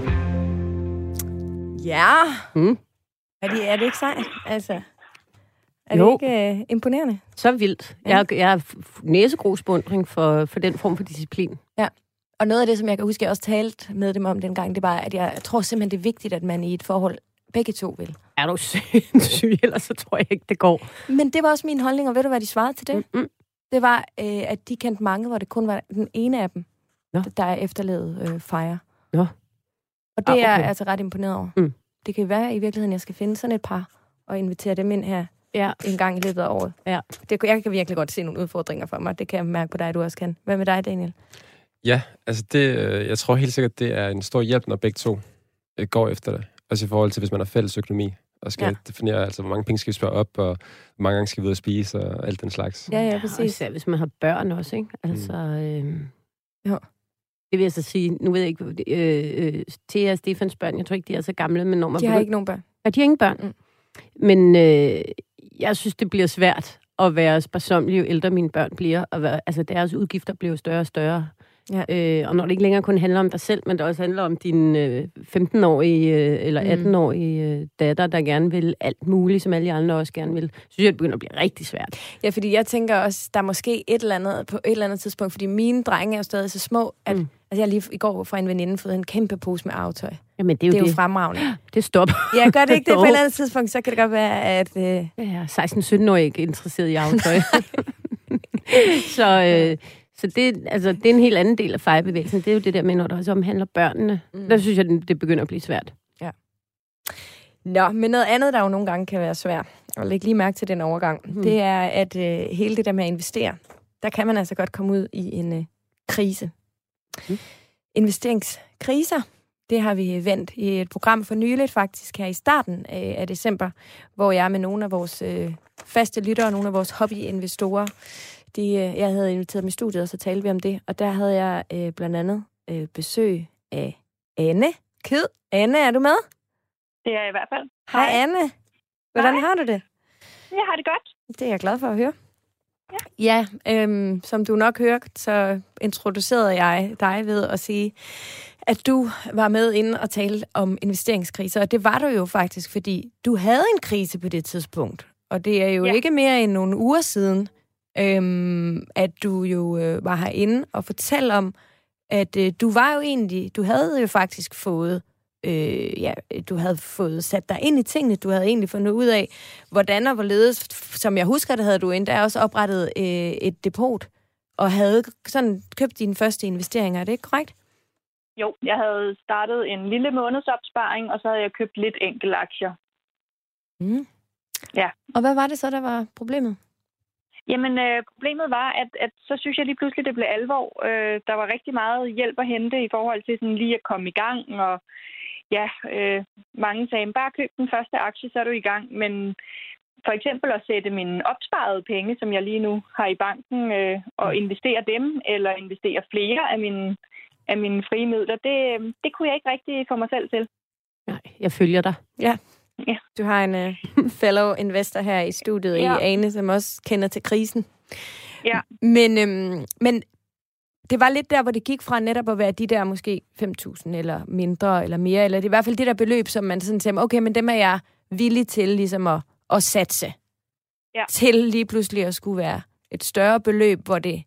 Ja. Er det ikke sejt? Altså, er jo. Det ikke imponerende? Så vildt. Ja. Jeg er næsegrusbeundring for den form for disciplin. Ja. Og noget af det, som jeg kan huske, jeg også talte med dem om dengang, det var, at jeg tror simpelthen, det er vigtigt, at man i et forhold begge to vil. Er du sindssyg, ellers så tror jeg ikke, det går. Men det var også min holdning, og ved du, hvad de svarede til det? Det var, at de kendte mange, hvor det kun var den ene af dem, der er efterlevet Fire. Nå. Og det er jeg altså ret imponeret over. Det kan være i virkeligheden, jeg skal finde sådan et par og invitere dem ind her en gang i løbet af året. Ja. Jeg kan virkelig godt se nogle udfordringer for mig. Det kan jeg mærke på dig, du også kan. Hvad med dig, Daniel? Ja, altså jeg tror helt sikkert, det er en stor hjælp, når begge to går efter det. Også i forhold til, hvis man har fælles økonomi og skal definere, altså, hvor mange penge skal vi spare op, og hvor mange gange skal vi ud og spise, og alt den slags. Ja, præcis. Især hvis man har børn også, ikke? Altså, det vil jeg så sige, nu ved jeg ikke, Thea og Stefans børn, jeg tror ikke, de er så gamle, men når man... De har ikke nogen børn. Ja, de har ingen børn. Men jeg synes, det bliver svært at være sparsommelig, jo ældre mine børn bliver. Altså, deres udgifter bliver større og større. Ja. Og når det ikke længere kun handler om dig selv, men det også handler om din 15-årige eller 18-årige datter, der gerne vil alt muligt, som alle andre også gerne vil, synes jeg, det begynder at blive rigtig svært. Ja, fordi jeg tænker også, der er måske et eller andet tidspunkt, fordi mine drenge er jo stadig så små, at altså jeg lige i går fra en veninde fået en kæmpe pose med arvetøj. Jamen, det er jo fremragende. Det stopper. Ja, gør det ikke det på et eller andet tidspunkt, så kan det godt være, at... 16-17-årige ikke interesseret i arvetøj. Så det er en helt anden del af fejrebevægelsen. Det er jo det der med, når der også omhandler børnene. Der synes jeg, det begynder at blive svært. Ja. Nå, men noget andet, der jo nogle gange kan være svært, og læg lige mærke til den overgang, det er, at hele det der med at investere, der kan man altså godt komme ud i en krise. Investeringskriser, Det har vi vendt i et program for nyligt, faktisk her i starten af december, hvor jeg med nogle af vores faste lyttere og nogle af vores hobbyinvestorer, jeg havde inviteret dem i studiet, og så talte vi om det. Og der havde jeg blandt andet besøg af Anne Kyd. Anne, er du med? Det er jeg i hvert fald. Hej Anne. Hvordan har du det? Jeg har det godt. Det er jeg glad for at høre. Ja, som du nok hørte, så introducerede jeg dig ved at sige, at du var med inde og tale om investeringskriser. Og det var du jo faktisk, fordi du havde en krise på det tidspunkt. Og det er jo ikke mere end nogle uger siden, at du jo var herinde og fortalte om, at du havde jo faktisk fået du havde fået sat dig ind i tingene, du havde egentlig fundet ud af, hvordan og hvorledes, som jeg husker det, havde du endda også oprettet et depot, og havde sådan købt dine første investeringer, er det ikke korrekt? Jo, jeg havde startet en lille månedsopsparing, og så havde jeg købt lidt enkelte aktier. Mm. Ja. Og hvad var det så, der var problemet? Jamen, problemet var, at så synes jeg lige pludselig, det blev alvor. Der var rigtig meget hjælp at hente i forhold til sådan lige at komme i gang, og mange sagde, bare køb den første aktie, så er du i gang. Men for eksempel at sætte mine opsparede penge, som jeg lige nu har i banken, og investere dem, eller investere flere af mine frie midler, det kunne jeg ikke rigtig få mig selv til. Nej, jeg følger dig. Ja. Du har en fellow investor her i studiet i Ane, som også kender til krisen. Ja. Men det var lidt der, hvor det gik fra netop at være de der måske 5.000 eller mindre eller mere, eller det er i hvert fald det der beløb, som man sådan siger, okay, men dem er jeg villig til ligesom at satse. Ja. Til lige pludselig at skulle være et større beløb, hvor det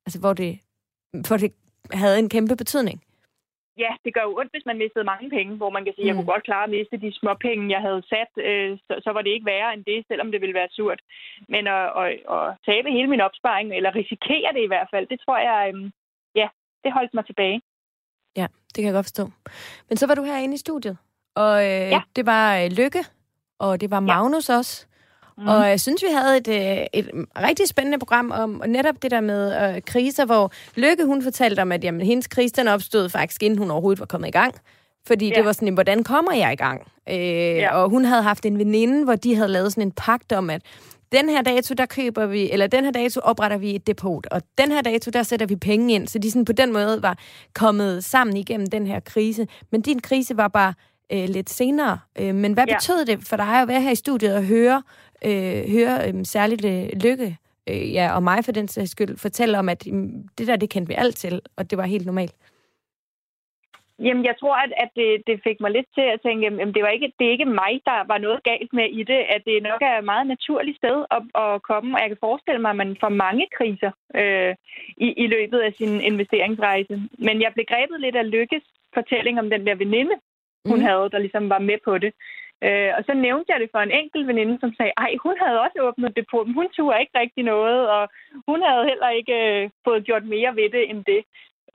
havde en kæmpe betydning. Ja, det gør jo ondt, hvis man mistede mange penge, hvor man kan sige, at jeg kunne godt klare at miste de små penge, jeg havde sat, så var det ikke værre end det, selvom det ville være surt. Men at tabe hele min opsparing, eller risikere det i hvert fald, det tror jeg, det holdt mig tilbage. Ja, det kan jeg godt forstå. Men så var du herinde i studiet, og det var Lykke, og det var Magnus også. Og jeg synes, vi havde et rigtig spændende program om netop det der med kriser, hvor Lykke, hun fortalte om, at jamen, hendes krise, den opstod faktisk, inden hun overhovedet var kommet i gang. Fordi det var sådan, hvordan kommer jeg i gang? Og hun havde haft en veninde, hvor de havde lavet sådan en pagt om, at den her dato, der køber vi, eller den her dato opretter vi et depot, og den her dato, der sætter vi penge ind. Så de sådan på den måde var kommet sammen igennem den her krise. Men din krise var bare lidt senere. Men hvad betød det for dig at være her i studiet og høre særligt Lykke, og mig for den sags skyld, fortælle om, at det kendte vi alt til, og det var helt normalt? Jamen, jeg tror, at det fik mig lidt til at tænke, at det er ikke mig, der var noget galt med i det, at det nok er et meget naturligt sted at komme, og jeg kan forestille mig, at man får mange kriser i løbet af sin investeringsrejse. Men jeg blev grebet lidt af Lykkes fortælling om den der veninde, hun havde, der ligesom var med på det. Og så nævnte jeg det for en enkelt veninde, som sagde, hun havde også åbnet depot, men hun turde ikke rigtig noget, og hun havde heller ikke fået gjort mere ved det end det.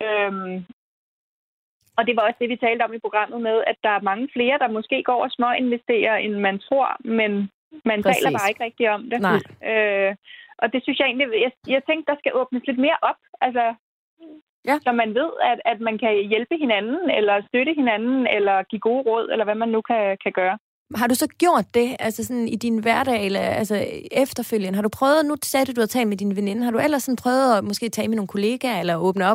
Og det var også det, vi talte om i programmet med, at der er mange flere, der måske går og småinvesterer, end man tror, men man taler bare ikke rigtig om det. Nej. Og det synes jeg egentlig, jeg tænkte, der skal åbnes lidt mere op, altså, så man ved, at man kan hjælpe hinanden, eller støtte hinanden, eller give gode råd, eller hvad man nu kan gøre. Har du så gjort det, altså sådan i din hverdag, eller altså efterfølgende? Har du prøvet, nu sagde du har talt med din veninde, har du ellers sådan prøvet at måske tale med nogle kollegaer, eller åbne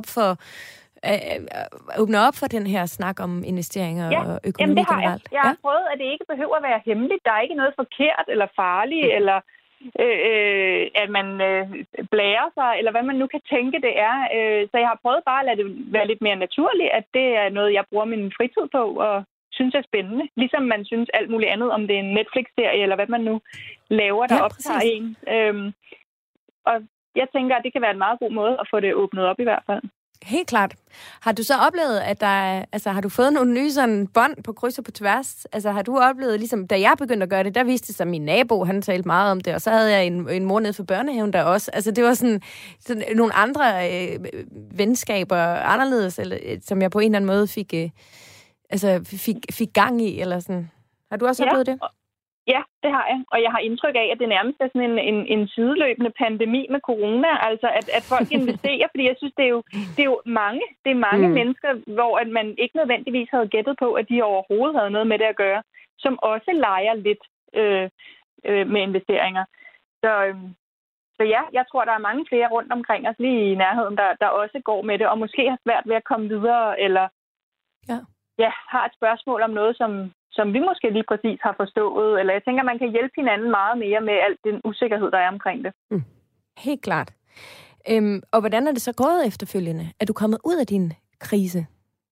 op for den her snak om investeringer og økonomi generelt? Jeg har prøvet, at det ikke behøver at være hemmeligt. Der er ikke noget forkert eller farligt, eller at man blærer sig, eller hvad man nu kan tænke, det er. Så jeg har prøvet bare at lade det være lidt mere naturligt, at det er noget, jeg bruger min fritid på, og synes er spændende. Ligesom man synes alt muligt andet, om det er en Netflix-serie, eller hvad man nu laver, der optager en. Og jeg tænker, at det kan være en meget god måde at få det åbnet op i hvert fald. Helt klart. Har du så oplevet, at har du fået nogle nye sådan bånd på kryds og på tværs? Altså har du oplevet, ligesom da jeg begyndte at gøre det, der viste det sig min nabo, han talte meget om det, og så havde jeg en mor nede for børnehaven der også. Altså det var sådan nogle andre venskaber anderledes, eller, som jeg på en eller anden måde fik gang i, eller sådan. Har du også oplevet det? Ja, det har jeg. Og jeg har indtryk af, at det nærmest er sådan en sideløbende pandemi med corona. Altså, at folk investerer, fordi jeg synes, det er jo mange mennesker, hvor at man ikke nødvendigvis havde gættet på, at de overhovedet havde noget med det at gøre, som også leger lidt med investeringer. Så ja, jeg tror, der er mange flere rundt omkring os lige i nærheden, der også går med det, og måske har svært ved at komme videre, eller har et spørgsmål om noget, som vi måske lige præcis har forstået. Eller jeg tænker, man kan hjælpe hinanden meget mere med alt den usikkerhed, der er omkring det. Helt klart. Og hvordan er det så gået efterfølgende? Er du kommet ud af din krise?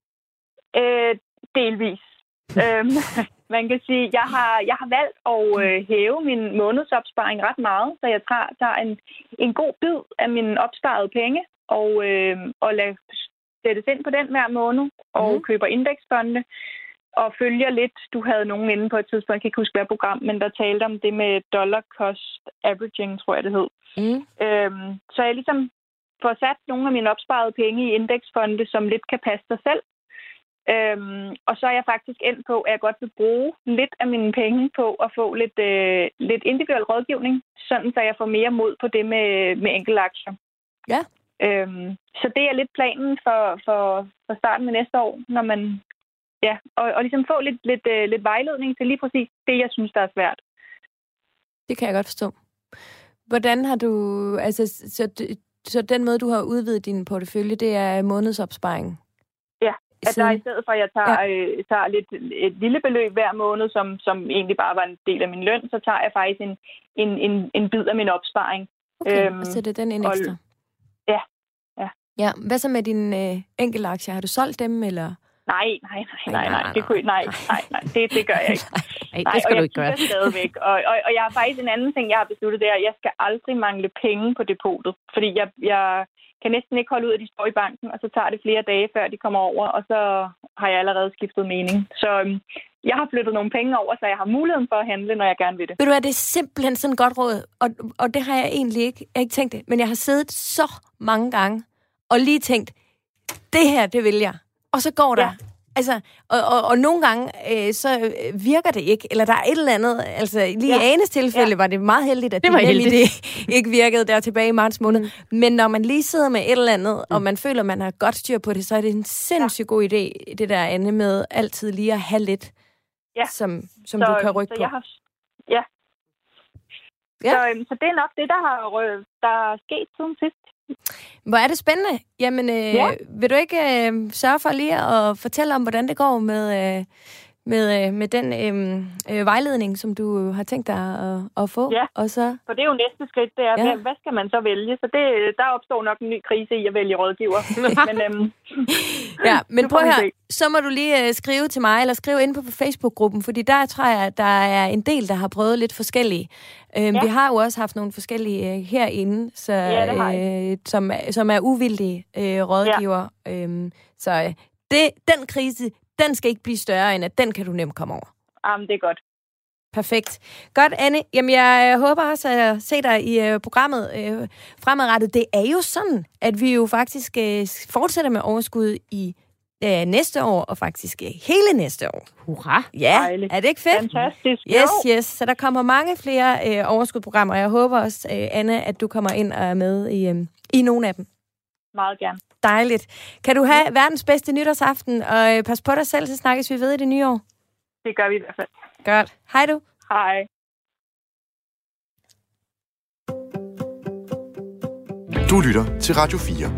Delvis. Man kan sige, jeg har valgt at hæve min månedsopsparing ret meget, så jeg tager en god bid af mine opsparede penge og lader sættes ind på den hver måned og køber indeksfonde og følger lidt. Du havde nogen inde på et tidspunkt, jeg kan ikke huske hvad program, men der talte om det med dollar cost averaging, tror jeg det hed. Så jeg ligesom får sat nogle af mine opsparede penge i indeksfonde, som lidt kan passe sig selv. Og så er jeg faktisk endt på, at jeg godt vil bruge lidt af mine penge på at få lidt individuel rådgivning, sådan så jeg får mere mod på det med enkeltaktier. Ja. Så det er lidt planen for starten med næste år, når man og ligesom få lidt vejledning til lige præcis det, jeg synes, der er svært. Det kan jeg godt forstå. Hvordan har du, altså, så den måde, du har udvidet din portefølje, det er månedsopsparing? Ja, at der i stedet for, at jeg tager et lille beløb hver måned, som egentlig bare var en del af min løn, så tager jeg faktisk en bid af min opsparing. Okay, og sætter den ind ekstra? Ja, hvad så med dine enkelte aktier? Har du solgt dem, eller? Nej. Det gør jeg ikke. Nej, det skal du ikke gøre. Stadigvæk. Og jeg har faktisk en anden ting, jeg har besluttet, det er, at jeg skal aldrig mangle penge på depotet. Fordi jeg kan næsten ikke holde ud, at de står i banken, og så tager det flere dage, før de kommer over, og så har jeg allerede skiftet mening. Så jeg har flyttet nogle penge over, så jeg har muligheden for at handle, når jeg gerne vil det. Ved du hvad, det er simpelthen sådan et godt råd, og det har jeg egentlig ikke tænkt det, men jeg har siddet så mange gange og lige tænkt, det her, det vil jeg. Og så går der. Altså, og nogle gange, så virker det ikke, eller der er et eller andet, altså lige i Anes tilfælde var det meget heldigt, at det ikke virkede der tilbage i marts måned. Men når man lige sidder med et eller andet, og man føler, man har godt styr på det, så er det en sindssygt god idé, det der Anne med altid lige at have lidt, som du kan rykke på. Så det er nok det, der er sket siden sidst. Hvor er det spændende. Jamen, vil du ikke sørge for lige at fortælle om, hvordan det går med den vejledning, som du har tænkt dig at få? Ja, og så... for det er jo næste skridt, det er, hvad skal man så vælge? Så der opstår nok en ny krise i at vælge rådgiver. men prøv her, så må du lige skrive til mig, eller skrive ind på Facebook-gruppen, fordi der tror jeg, at der er en del, der har prøvet lidt forskellige. Vi har jo også haft nogle forskellige herinde, så, som er uvildige rådgiver. Så den krise, den skal ikke blive større, end at den kan du nemt komme over. Jamen, det er godt. Perfekt. Godt, Anne. Jamen, jeg håber også at se dig i programmet fremadrettet. Det er jo sådan, at vi jo faktisk fortsætter med overskud i næste år, og faktisk hele næste år. Hurra! Ja, dejligt. Er det ikke fedt? Fantastisk. Yes. Så der kommer mange flere overskudprogrammer, og jeg håber også, Anne, at du kommer ind og er med i nogle af dem. Meget gerne. Dejligt. Kan du have verdens bedste nytårsaften, og pas på dig selv, så snakkes vi ved i det nye år. Det gør vi i hvert fald. Godt. Hej du. Hej. Du lytter til Radio 4.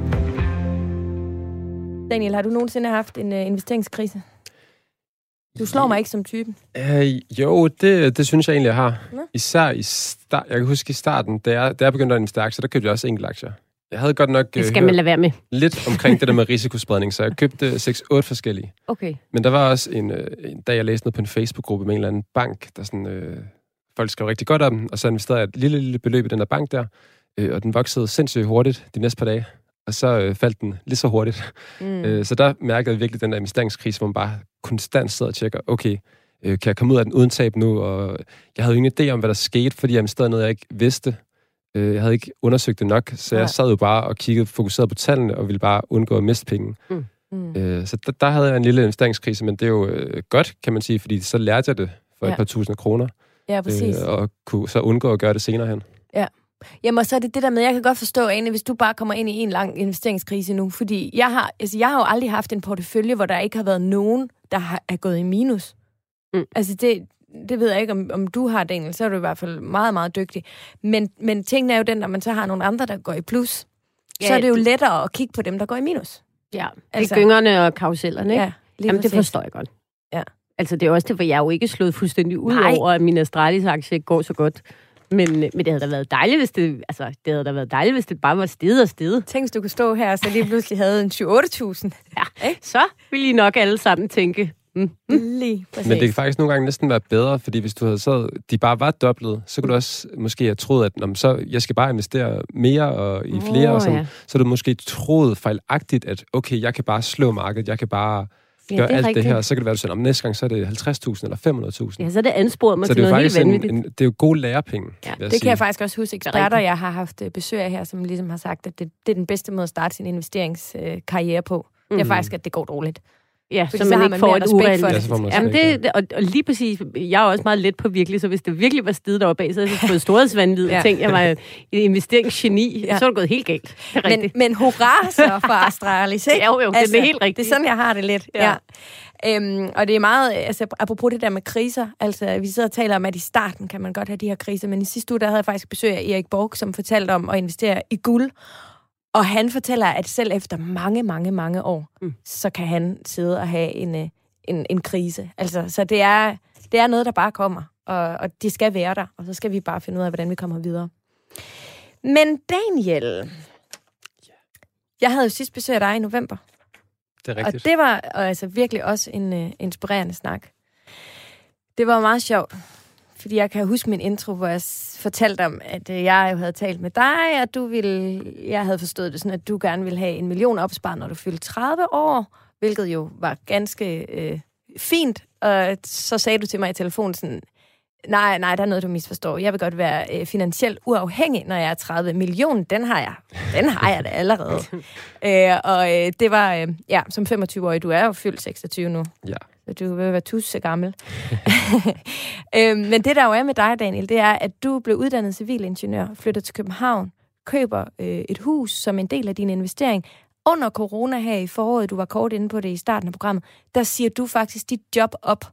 Daniel, har du nogensinde haft en investeringskrise? Du slår mig ikke som typen. Jo, det synes jeg egentlig, jeg har. Især jeg kan huske i starten, da jeg begyndte at investere, så der købte jeg også enkeltaktier. Jeg havde godt nok det skal man lade være med. Lidt omkring det der med risikospredning, så jeg købte 6-8 forskellige. Okay. Men der var også en dag, jeg læste noget på en Facebook-gruppe med en eller anden bank, der sådan, folk skrev rigtig godt om den, og så investerede jeg et lille beløb i den der bank der, og den voksede sindssygt hurtigt de næste par dage, og så faldt den lige så hurtigt. Så der mærkede jeg virkelig den der investeringskrise, hvor man bare konstant sidder og tjekker, okay, kan jeg komme ud af den uden tab nu? Og jeg havde jo ingen idé om, hvad der skete, fordi jeg investerede noget, jeg ikke vidste. Jeg havde ikke undersøgt det nok, så jeg sad jo bare og fokuserede på tallene, og ville bare undgå at miste penge. Så der havde jeg en lille investeringskrise, men det er jo godt, kan man sige, fordi så lærte jeg det for et par tusind kroner. Ja, præcis. Og kunne så undgå at gøre det senere hen. Ja. Jamen, og så er det det der med, jeg kan godt forstå, Ane, hvis du bare kommer ind i en lang investeringskrise nu, fordi jeg har jo aldrig haft en portefølje, hvor der ikke har været nogen, der er gået i minus. Altså, det ved jeg ikke, om du har, Daniel, så er du i hvert fald meget, meget dygtig. Men tingene er jo den, når man så har nogle andre, der går i plus, så er det jo lettere at kigge på dem, der går i minus. Ja, altså, det er gyngerne og karusellerne, ikke? Ja, jamen, det forstår jeg godt. Ja. Altså, det er også det, for jeg er jo ikke slået fuldstændig ud over, at min Astralis-aktie går så godt. Men det havde da været dejligt, hvis det bare var steget og steget. Tænk, hvis du kunne stå her, og så lige pludselig havde en 7-8.000. Ja, så ville I nok alle sammen tænke... Lige præcis. Men det kan faktisk nogle gange næsten være bedre, fordi hvis du havde så de bare var dobblet, så kunne du også måske have troet, at så jeg skal bare investere mere og i flere og sådan. Ja. Så du måske troet fejlagtigt, at okay, jeg kan bare slå markedet, jeg kan bare gøre alt rigtigt. Det her, så kan det være, at du siger, næste gang så er det 50.000 eller 500.000. Ja, så er det ansporet mig til noget helt vanvittigt. Det er jo gode lærepenge. Ja, det kan jeg faktisk også huske eksperter, jeg har haft besøg af her, som ligesom har sagt, at det er den bedste måde at starte sin investeringskarriere på. Det er faktisk, at det går dårligt. Ja, så man ikke får et urealistisk. Jamen og lige præcis, jeg er også meget let på virkelig, så hvis det virkelig var stedet deroppe af, så havde jeg fået storhedsvanvid og tænkt, jeg var et investeringsgeni, så er det gået helt galt. Men hurra så for Astralis, ikke? Jo, det er helt rigtigt. Det er sådan, jeg har det lidt. Ja. Og det er meget, altså apropos det der med kriser, altså vi sidder og taler om, at i starten kan man godt have de her kriser, men i sidste uge, der havde jeg faktisk besøg af Erik Borg, som fortalte om at investere i guld. Og han fortæller, at selv efter mange år, så kan han sidde og have en krise. Altså, så det er noget, der bare kommer, og det skal være der, og så skal vi bare finde ud af, hvordan vi kommer videre. Men Daniel, jeg havde jo sidst besøg af dig i november. Det er rigtigt. Og det var altså virkelig også en inspirerende snak. Det var meget sjovt. Fordi jeg kan huske min intro, hvor jeg fortalte om, at jeg jo havde talt med dig, og jeg havde forstået det sådan, at du gerne ville have 1 million opsparet, når du fyldte 30 år, hvilket jo var ganske fint. Og så sagde du til mig i telefonen sådan, nej, der er noget, du misforstår. Jeg vil godt være finansielt uafhængig, når jeg er 30 millioner. Den har jeg da allerede. Og det var, som 25-årig, du er jo fyldt 26 nu. Ja. Så du vil være tusse gammel. Men det, der jo er med dig, Daniel, det er, at du blev uddannet civilingeniør, flytter til København, køber et hus som en del af din investering. Under corona her i foråret, du var kort inde på det i starten af programmet, der siger du faktisk dit job op,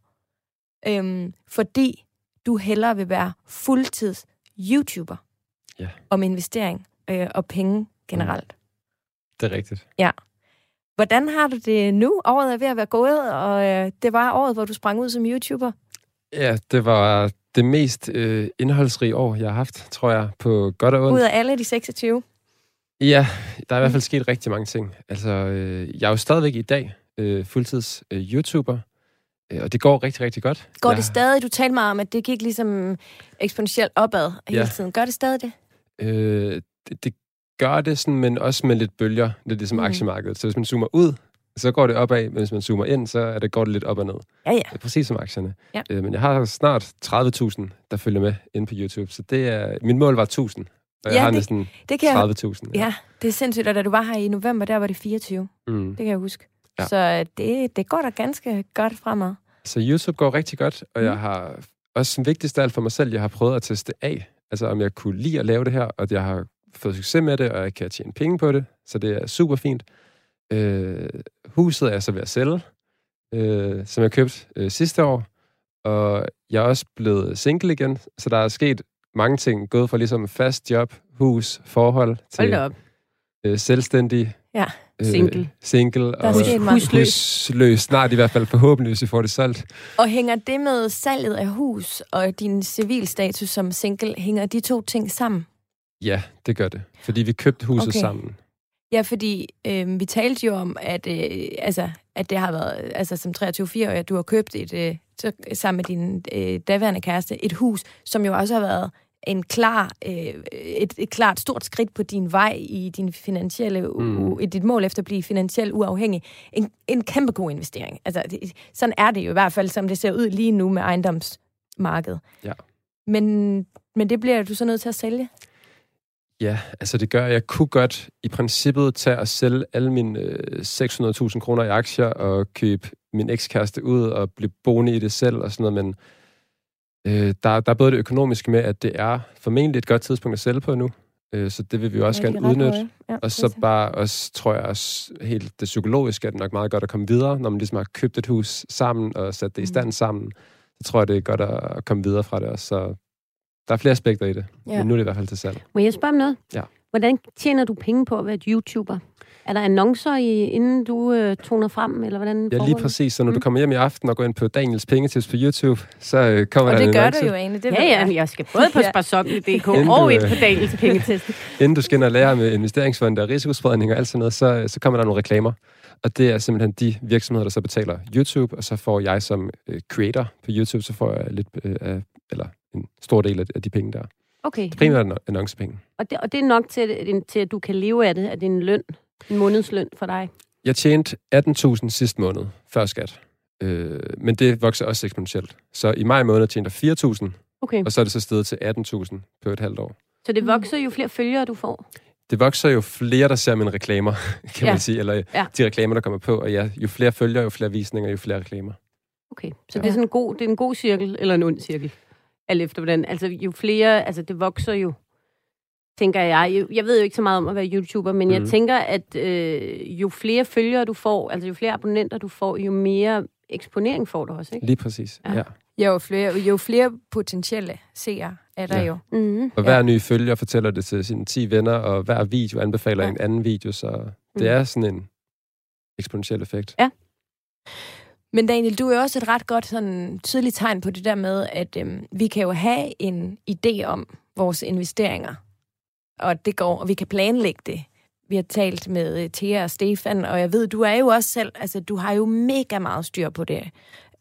fordi du hellere vil være fuldtids YouTuber om investering og penge generelt. Det er rigtigt. Ja. Hvordan har du det nu? Året er ved at være gået, og det var året, hvor du sprang ud som YouTuber. Ja, det var det mest indholdsrige år, jeg har haft, tror jeg, på godt og ondt. Ud af alle de 26? Ja, der er i hvert fald sket rigtig mange ting. Altså, jeg er jo stadigvæk i dag fuldtids YouTuber, og det går rigtig, rigtig godt. Går det stadig? Du talte meget om, at det gik ligesom eksponentielt opad hele tiden. Gør det stadig det? Det gør det sådan, men også med lidt bølger, lidt ligesom aktiemarkedet. Så hvis man zoomer ud, så går det opad, men hvis man zoomer ind, så går det lidt op og ned. Ja. Det er præcis som aktierne. Ja. Men jeg har snart 30.000, der følger med inde på YouTube, så det er, min mål var 1.000, og jeg har næsten 30.000. Ja, det er sindssygt, og da du var her i november, der var det 24. Det kan jeg huske. Ja. Så det går da ganske godt fremad. Så YouTube går rigtig godt, og jeg har også som vigtigste af alt for mig selv, jeg har prøvet at teste af, altså om jeg kunne lide at lave det her, og jeg har fået succes med det, og jeg kan tjene penge på det, så det er super fint. Huset er så ved at sælge, som jeg købte sidste år, og jeg er også blevet single igen, så der er sket mange ting, gået fra ligesom fast job, hus, forhold til selvstændig, single og husløs, snart i hvert fald forhåbentlig, hvis vi får det solgt. Og hænger det med salget af hus og din civilstatus som single, hænger de to ting sammen? Ja, det gør det, fordi vi købte huset sammen. Ja, fordi vi talte jo om, at det har været, altså som 23-4-årig, at du har købt sammen med din daværende kæreste, et hus, som jo også har været et klart stort skridt på din vej i din finansielle i dit mål efter at blive finansielt uafhængig. En kæmpe god investering. Altså, sådan er det jo i hvert fald, som det ser ud lige nu med ejendomsmarkedet. Ja. Men det bliver du så nødt til at sælge? Ja, altså det gør, jeg kunne godt i princippet tage og sælge alle mine 600.000 kroner i aktier og købe min ekskæreste ud og blive boende i det selv og sådan noget, men Der er både det økonomiske med, at det er formentlig et godt tidspunkt at sælge på nu, så det vil vi også gerne udnytte. Og så bare også, tror jeg også, helt det psykologiske er det nok meget godt at komme videre, når man ligesom har købt et hus sammen og sat det i stand sammen. Så tror jeg, det er godt at komme videre fra det også. Så der er flere aspekter i det, men nu er det i hvert fald til salg. Må jeg spørge om noget? Ja. Hvordan tjener du penge på at være YouTuber? Er der annoncer, inden du toner frem, eller hvordan? Ja, lige præcis. Så når du kommer hjem i aften og går ind på Daniels Pengetips på YouTube, så kommer der en annonce. Og det gør du jo egentlig. Det jeg skal både på Sparsokken.dk og ind på Daniels Pengetest. Inden du skal ind og lære med investeringsfonde og risikospredning og alt sådan noget, så kommer der nogle reklamer. Og det er simpelthen de virksomheder, der så betaler YouTube, og så får jeg som creator på YouTube, så får jeg lidt, eller en stor del af de penge der. Okay. Primært annoncepenge. Og det er nok til, at du kan leve af det, at det er en løn, en månedsløn for dig? Jeg tjente 18.000 sidste måned, før skat. Men det vokser også eksponentielt. Så i maj måned tjente jeg 4.000, og så er det så steget til 18.000 på et halvt år. Så det vokser jo flere følgere, du får? Det vokser jo flere, der ser mine reklamer, kan man sige. Eller de reklamer, der kommer på. Og jo flere følgere, jo flere visninger, jo flere reklamer. Okay, så det er sådan en god cirkel, eller en ond cirkel? Alt efter hvordan. Altså jo flere, altså det vokser jo, tænker jeg. Jeg ved jo ikke så meget om at være YouTuber, men jeg tænker, at jo flere følgere du får, altså jo flere abonnenter du får, jo mere eksponering får du også, ikke? Lige præcis, ja. Jo flere potentielle seere er der jo. Mm-hmm. Og hver ny følger fortæller det til sine 10 venner, og hver video anbefaler en anden video, så det er sådan en eksponentiel effekt. Ja. Men Daniel, du er jo også et ret godt sådan tydeligt tegn på det der med, at vi kan jo have en idé om vores investeringer, og det går, og vi kan planlægge det. Vi har talt med Thea og Stefan, og jeg ved, du er jo også selv, altså du har jo mega meget styr på det.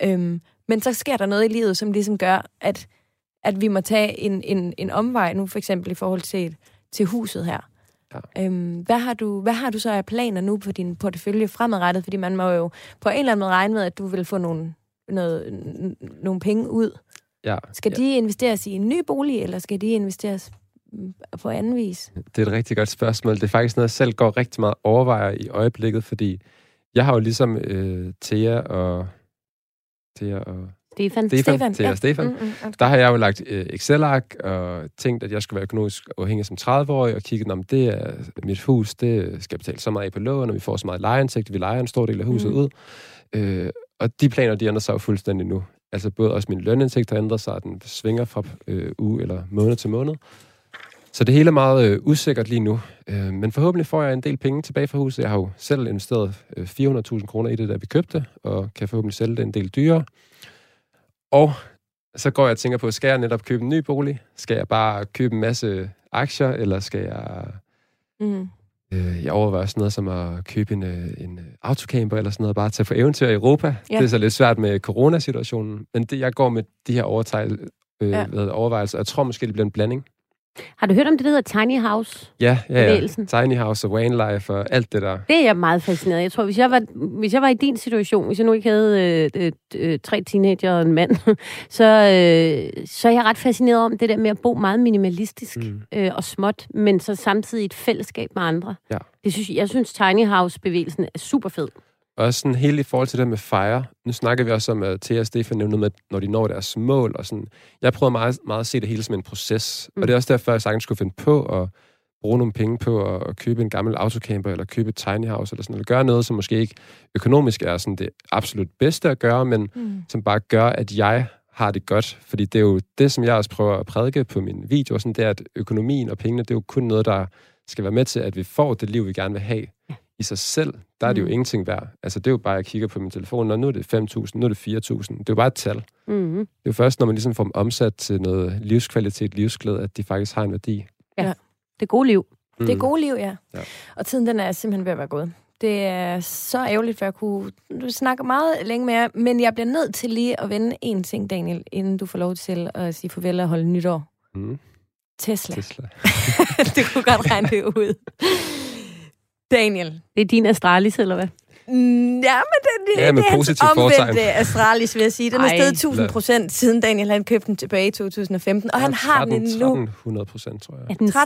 Men så sker der noget i livet, som ligesom gør, at vi må tage en omvej nu, for eksempel i forhold til huset her. Ja. Hvad har du så af planer nu på din portefølje fremadrettet? Fordi man må jo på en eller anden måde regne med, at du vil få nogle penge ud. Ja. Skal de investeres i en ny bolig, eller skal de investeres på anden vis? Det er et rigtig godt spørgsmål. Det er faktisk noget, jeg selv går rigtig meget overvejer i øjeblikket, fordi jeg har jo ligesom Thea og Stefan. Der har jeg jo lagt Excel-ark og tænkt, at jeg skulle være økonomisk afhængig som 30-årig, og kigget, om det er mit hus, det skal betale så meget af på lån, og vi får så meget lejeindtægt, vi lejer en stor del af huset ud. Og de planer, de ændrer sig jo fuldstændig nu. Altså både også min lønindtægt har ændret sig, og den svinger fra uge eller måned til måned. Så det hele er meget usikkert lige nu. Men forhåbentlig får jeg en del penge tilbage fra huset. Jeg har jo selv investeret 400.000 kroner i det, da vi købte, og kan forhåbentlig sælge det en del dyrere. Og så går jeg og tænker på, skal jeg netop købe en ny bolig? Skal jeg bare købe en masse aktier, eller skal jeg... Jeg overvejer sådan noget som at købe en autocamper eller sådan noget, bare tage på eventyr i Europa. Ja. Det er så lidt svært med coronasituationen, men jeg går med de her overvejelser. Jeg tror måske, det bliver en blanding. Har du hørt om det, der hedder Tiny House? Ja. Tiny House og Vanlife og alt det der. Det er jeg meget fascineret. Jeg tror, hvis jeg var i din situation, hvis jeg nu ikke havde 3 teenager og en mand, så er jeg ret fascineret om det der med at bo meget minimalistisk og småt, men så samtidig et fællesskab med andre. Ja. Jeg synes, Tiny House-bevægelsen er super fed. Og sådan helt i forhold til det med FIRE. Nu snakker vi også om, at Thea og Stefan nævner med, når de når deres mål. Og sådan. Jeg prøver meget, meget at se det hele som en proces. Og det er også derfor, jeg sagtens skulle finde på at bruge nogle penge på at købe en gammel autocamper, eller købe et tiny house, eller sådan noget. Gøre noget, som måske ikke økonomisk er sådan det absolut bedste at gøre, men som bare gør, at jeg har det godt. Fordi det er jo det, som jeg også prøver at prædike på mine videoer. Sådan det er, at økonomien og pengene, det er jo kun noget, der skal være med til, at vi får det liv, vi gerne vil have. I sig selv, der er det jo ingenting værd. Altså, det er jo bare, at jeg kigger på min telefon, og nu er det 5.000, nu er det 4.000. Det er jo bare et tal. Mm-hmm. Det er jo først, når man ligesom får dem omsat til noget livskvalitet, livsglæde, at de faktisk har en værdi. Ja, det gode liv. Det er gode liv, ja. Og tiden, den er simpelthen ved at være gået. Det er så ærgerligt, for jeg kunne snakke meget længe mere, men jeg bliver nødt til lige at vende en ting, Daniel, inden du får lov til at sige farvel og holde nytår. Tesla. Du kunne godt regne det ud. Daniel. Det er din Astralis, eller hvad? Ja, men det er hans omvendte Astralis, vil jeg sige. Den er steget 1.000% siden Daniel han købte den tilbage i 2015, og han har den nu. 1300%, tror jeg. Er den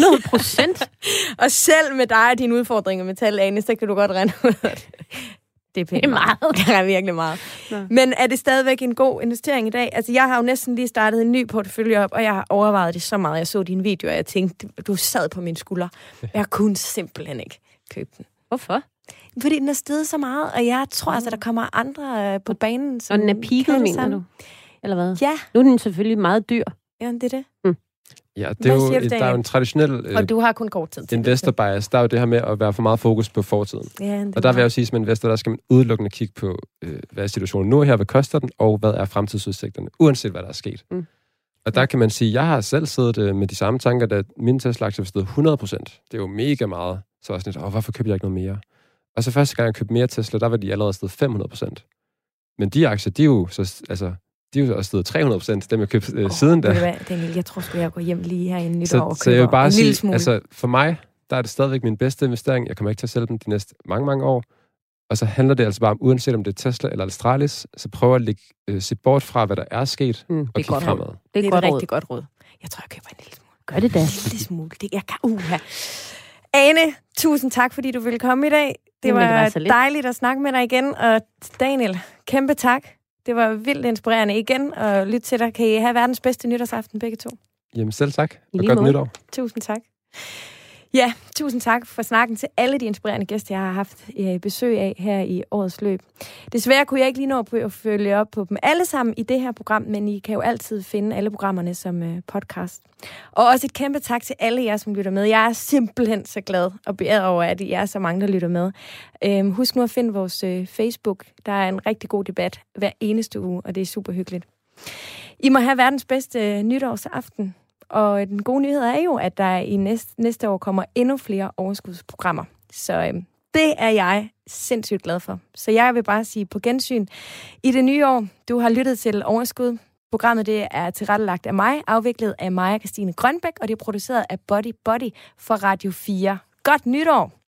steget 1.300%? Og selv med dig og dine udfordringer med tal, Ane, så kan du godt regne ud af det. Det er pænt meget. Det er virkelig meget. Ja. Men er det stadigvæk en god investering i dag? Altså, jeg har jo næsten lige startet en ny portefølje op, og jeg har overvejet det så meget. Jeg så dine videoer, og jeg tænkte, du sad på mine skuldre. Jeg kunne simpelthen ikke købe den. Hvorfor? Fordi den er steget så meget, og jeg tror altså, der kommer andre på banen. Og den er peaket, mener du? Eller hvad? Ja. Nu er den selvfølgelig meget dyr. Ja, det er det. Ja, det er jo, der er jo en traditionel og du har kun kort tid til investor bias. Der er jo det her med at være for meget fokus på fortiden. Ja, og der vil jeg jo sige, som investor, der skal man udelukkende kigge på, hvad er situationen nu her, hvad koster den, og hvad er fremtidsudsigterne, uanset hvad der er sket. Og der kan man sige, jeg har selv siddet med de samme tanker, da min Tesla-aktie var steget 100%. Det er jo mega meget. Så også lidt, hvorfor køber jeg ikke noget mere? Og så første gang jeg købte mere Tesla, der var de allerede steget 500%. Men de aktier, de er jo så, altså, de er jo også steget 300%, dem jeg købte siden da. Daniel, jeg tror sgu, jeg går hjem lige her i nytår og så jeg vil bare sige, altså for mig, der er det stadigvæk min bedste investering. Jeg kommer ikke til at sælge dem de næste mange år. Og så handler det altså bare om, uanset om det er Tesla eller Astralis, så prøver at se bort fra, hvad der er sket, og kigge fremad. Det er et rigtig godt råd. Jeg tror, jeg køber en lille smule. Gør det da. En lille smule. Jeg kan Ane, tusind tak, fordi du ville komme i dag. Det var dejligt at snakke med dig igen. Og Daniel, kæmpe tak. Det var vildt inspirerende igen at lytte til dig. Kan I have verdens bedste nytårsaften begge to? Jamen selv tak. Og godt nytår. Tusind tak. Ja, tusind tak for snakken til alle de inspirerende gæster, jeg har haft besøg af her i årets løb. Desværre kunne jeg ikke lige nå at følge op på dem alle sammen i det her program, men I kan jo altid finde alle programmerne som podcast. Og også et kæmpe tak til alle jer, som lytter med. Jeg er simpelthen så glad og beæret over, at I er så mange, der lytter med. Husk nu at finde vores Facebook. Der er en rigtig god debat hver eneste uge, og det er super hyggeligt. I må have verdens bedste nytårsaften. Og den gode nyhed er jo, at der i næste år kommer endnu flere overskudsprogrammer. Så det er jeg sindssygt glad for. Så jeg vil bare sige på gensyn i det nye år. Du har lyttet til Overskud. Programmet det er tilrettelagt af mig, afviklet af Maja Christine Grønbæk, og det er produceret af Body for Radio 4. Godt nytår!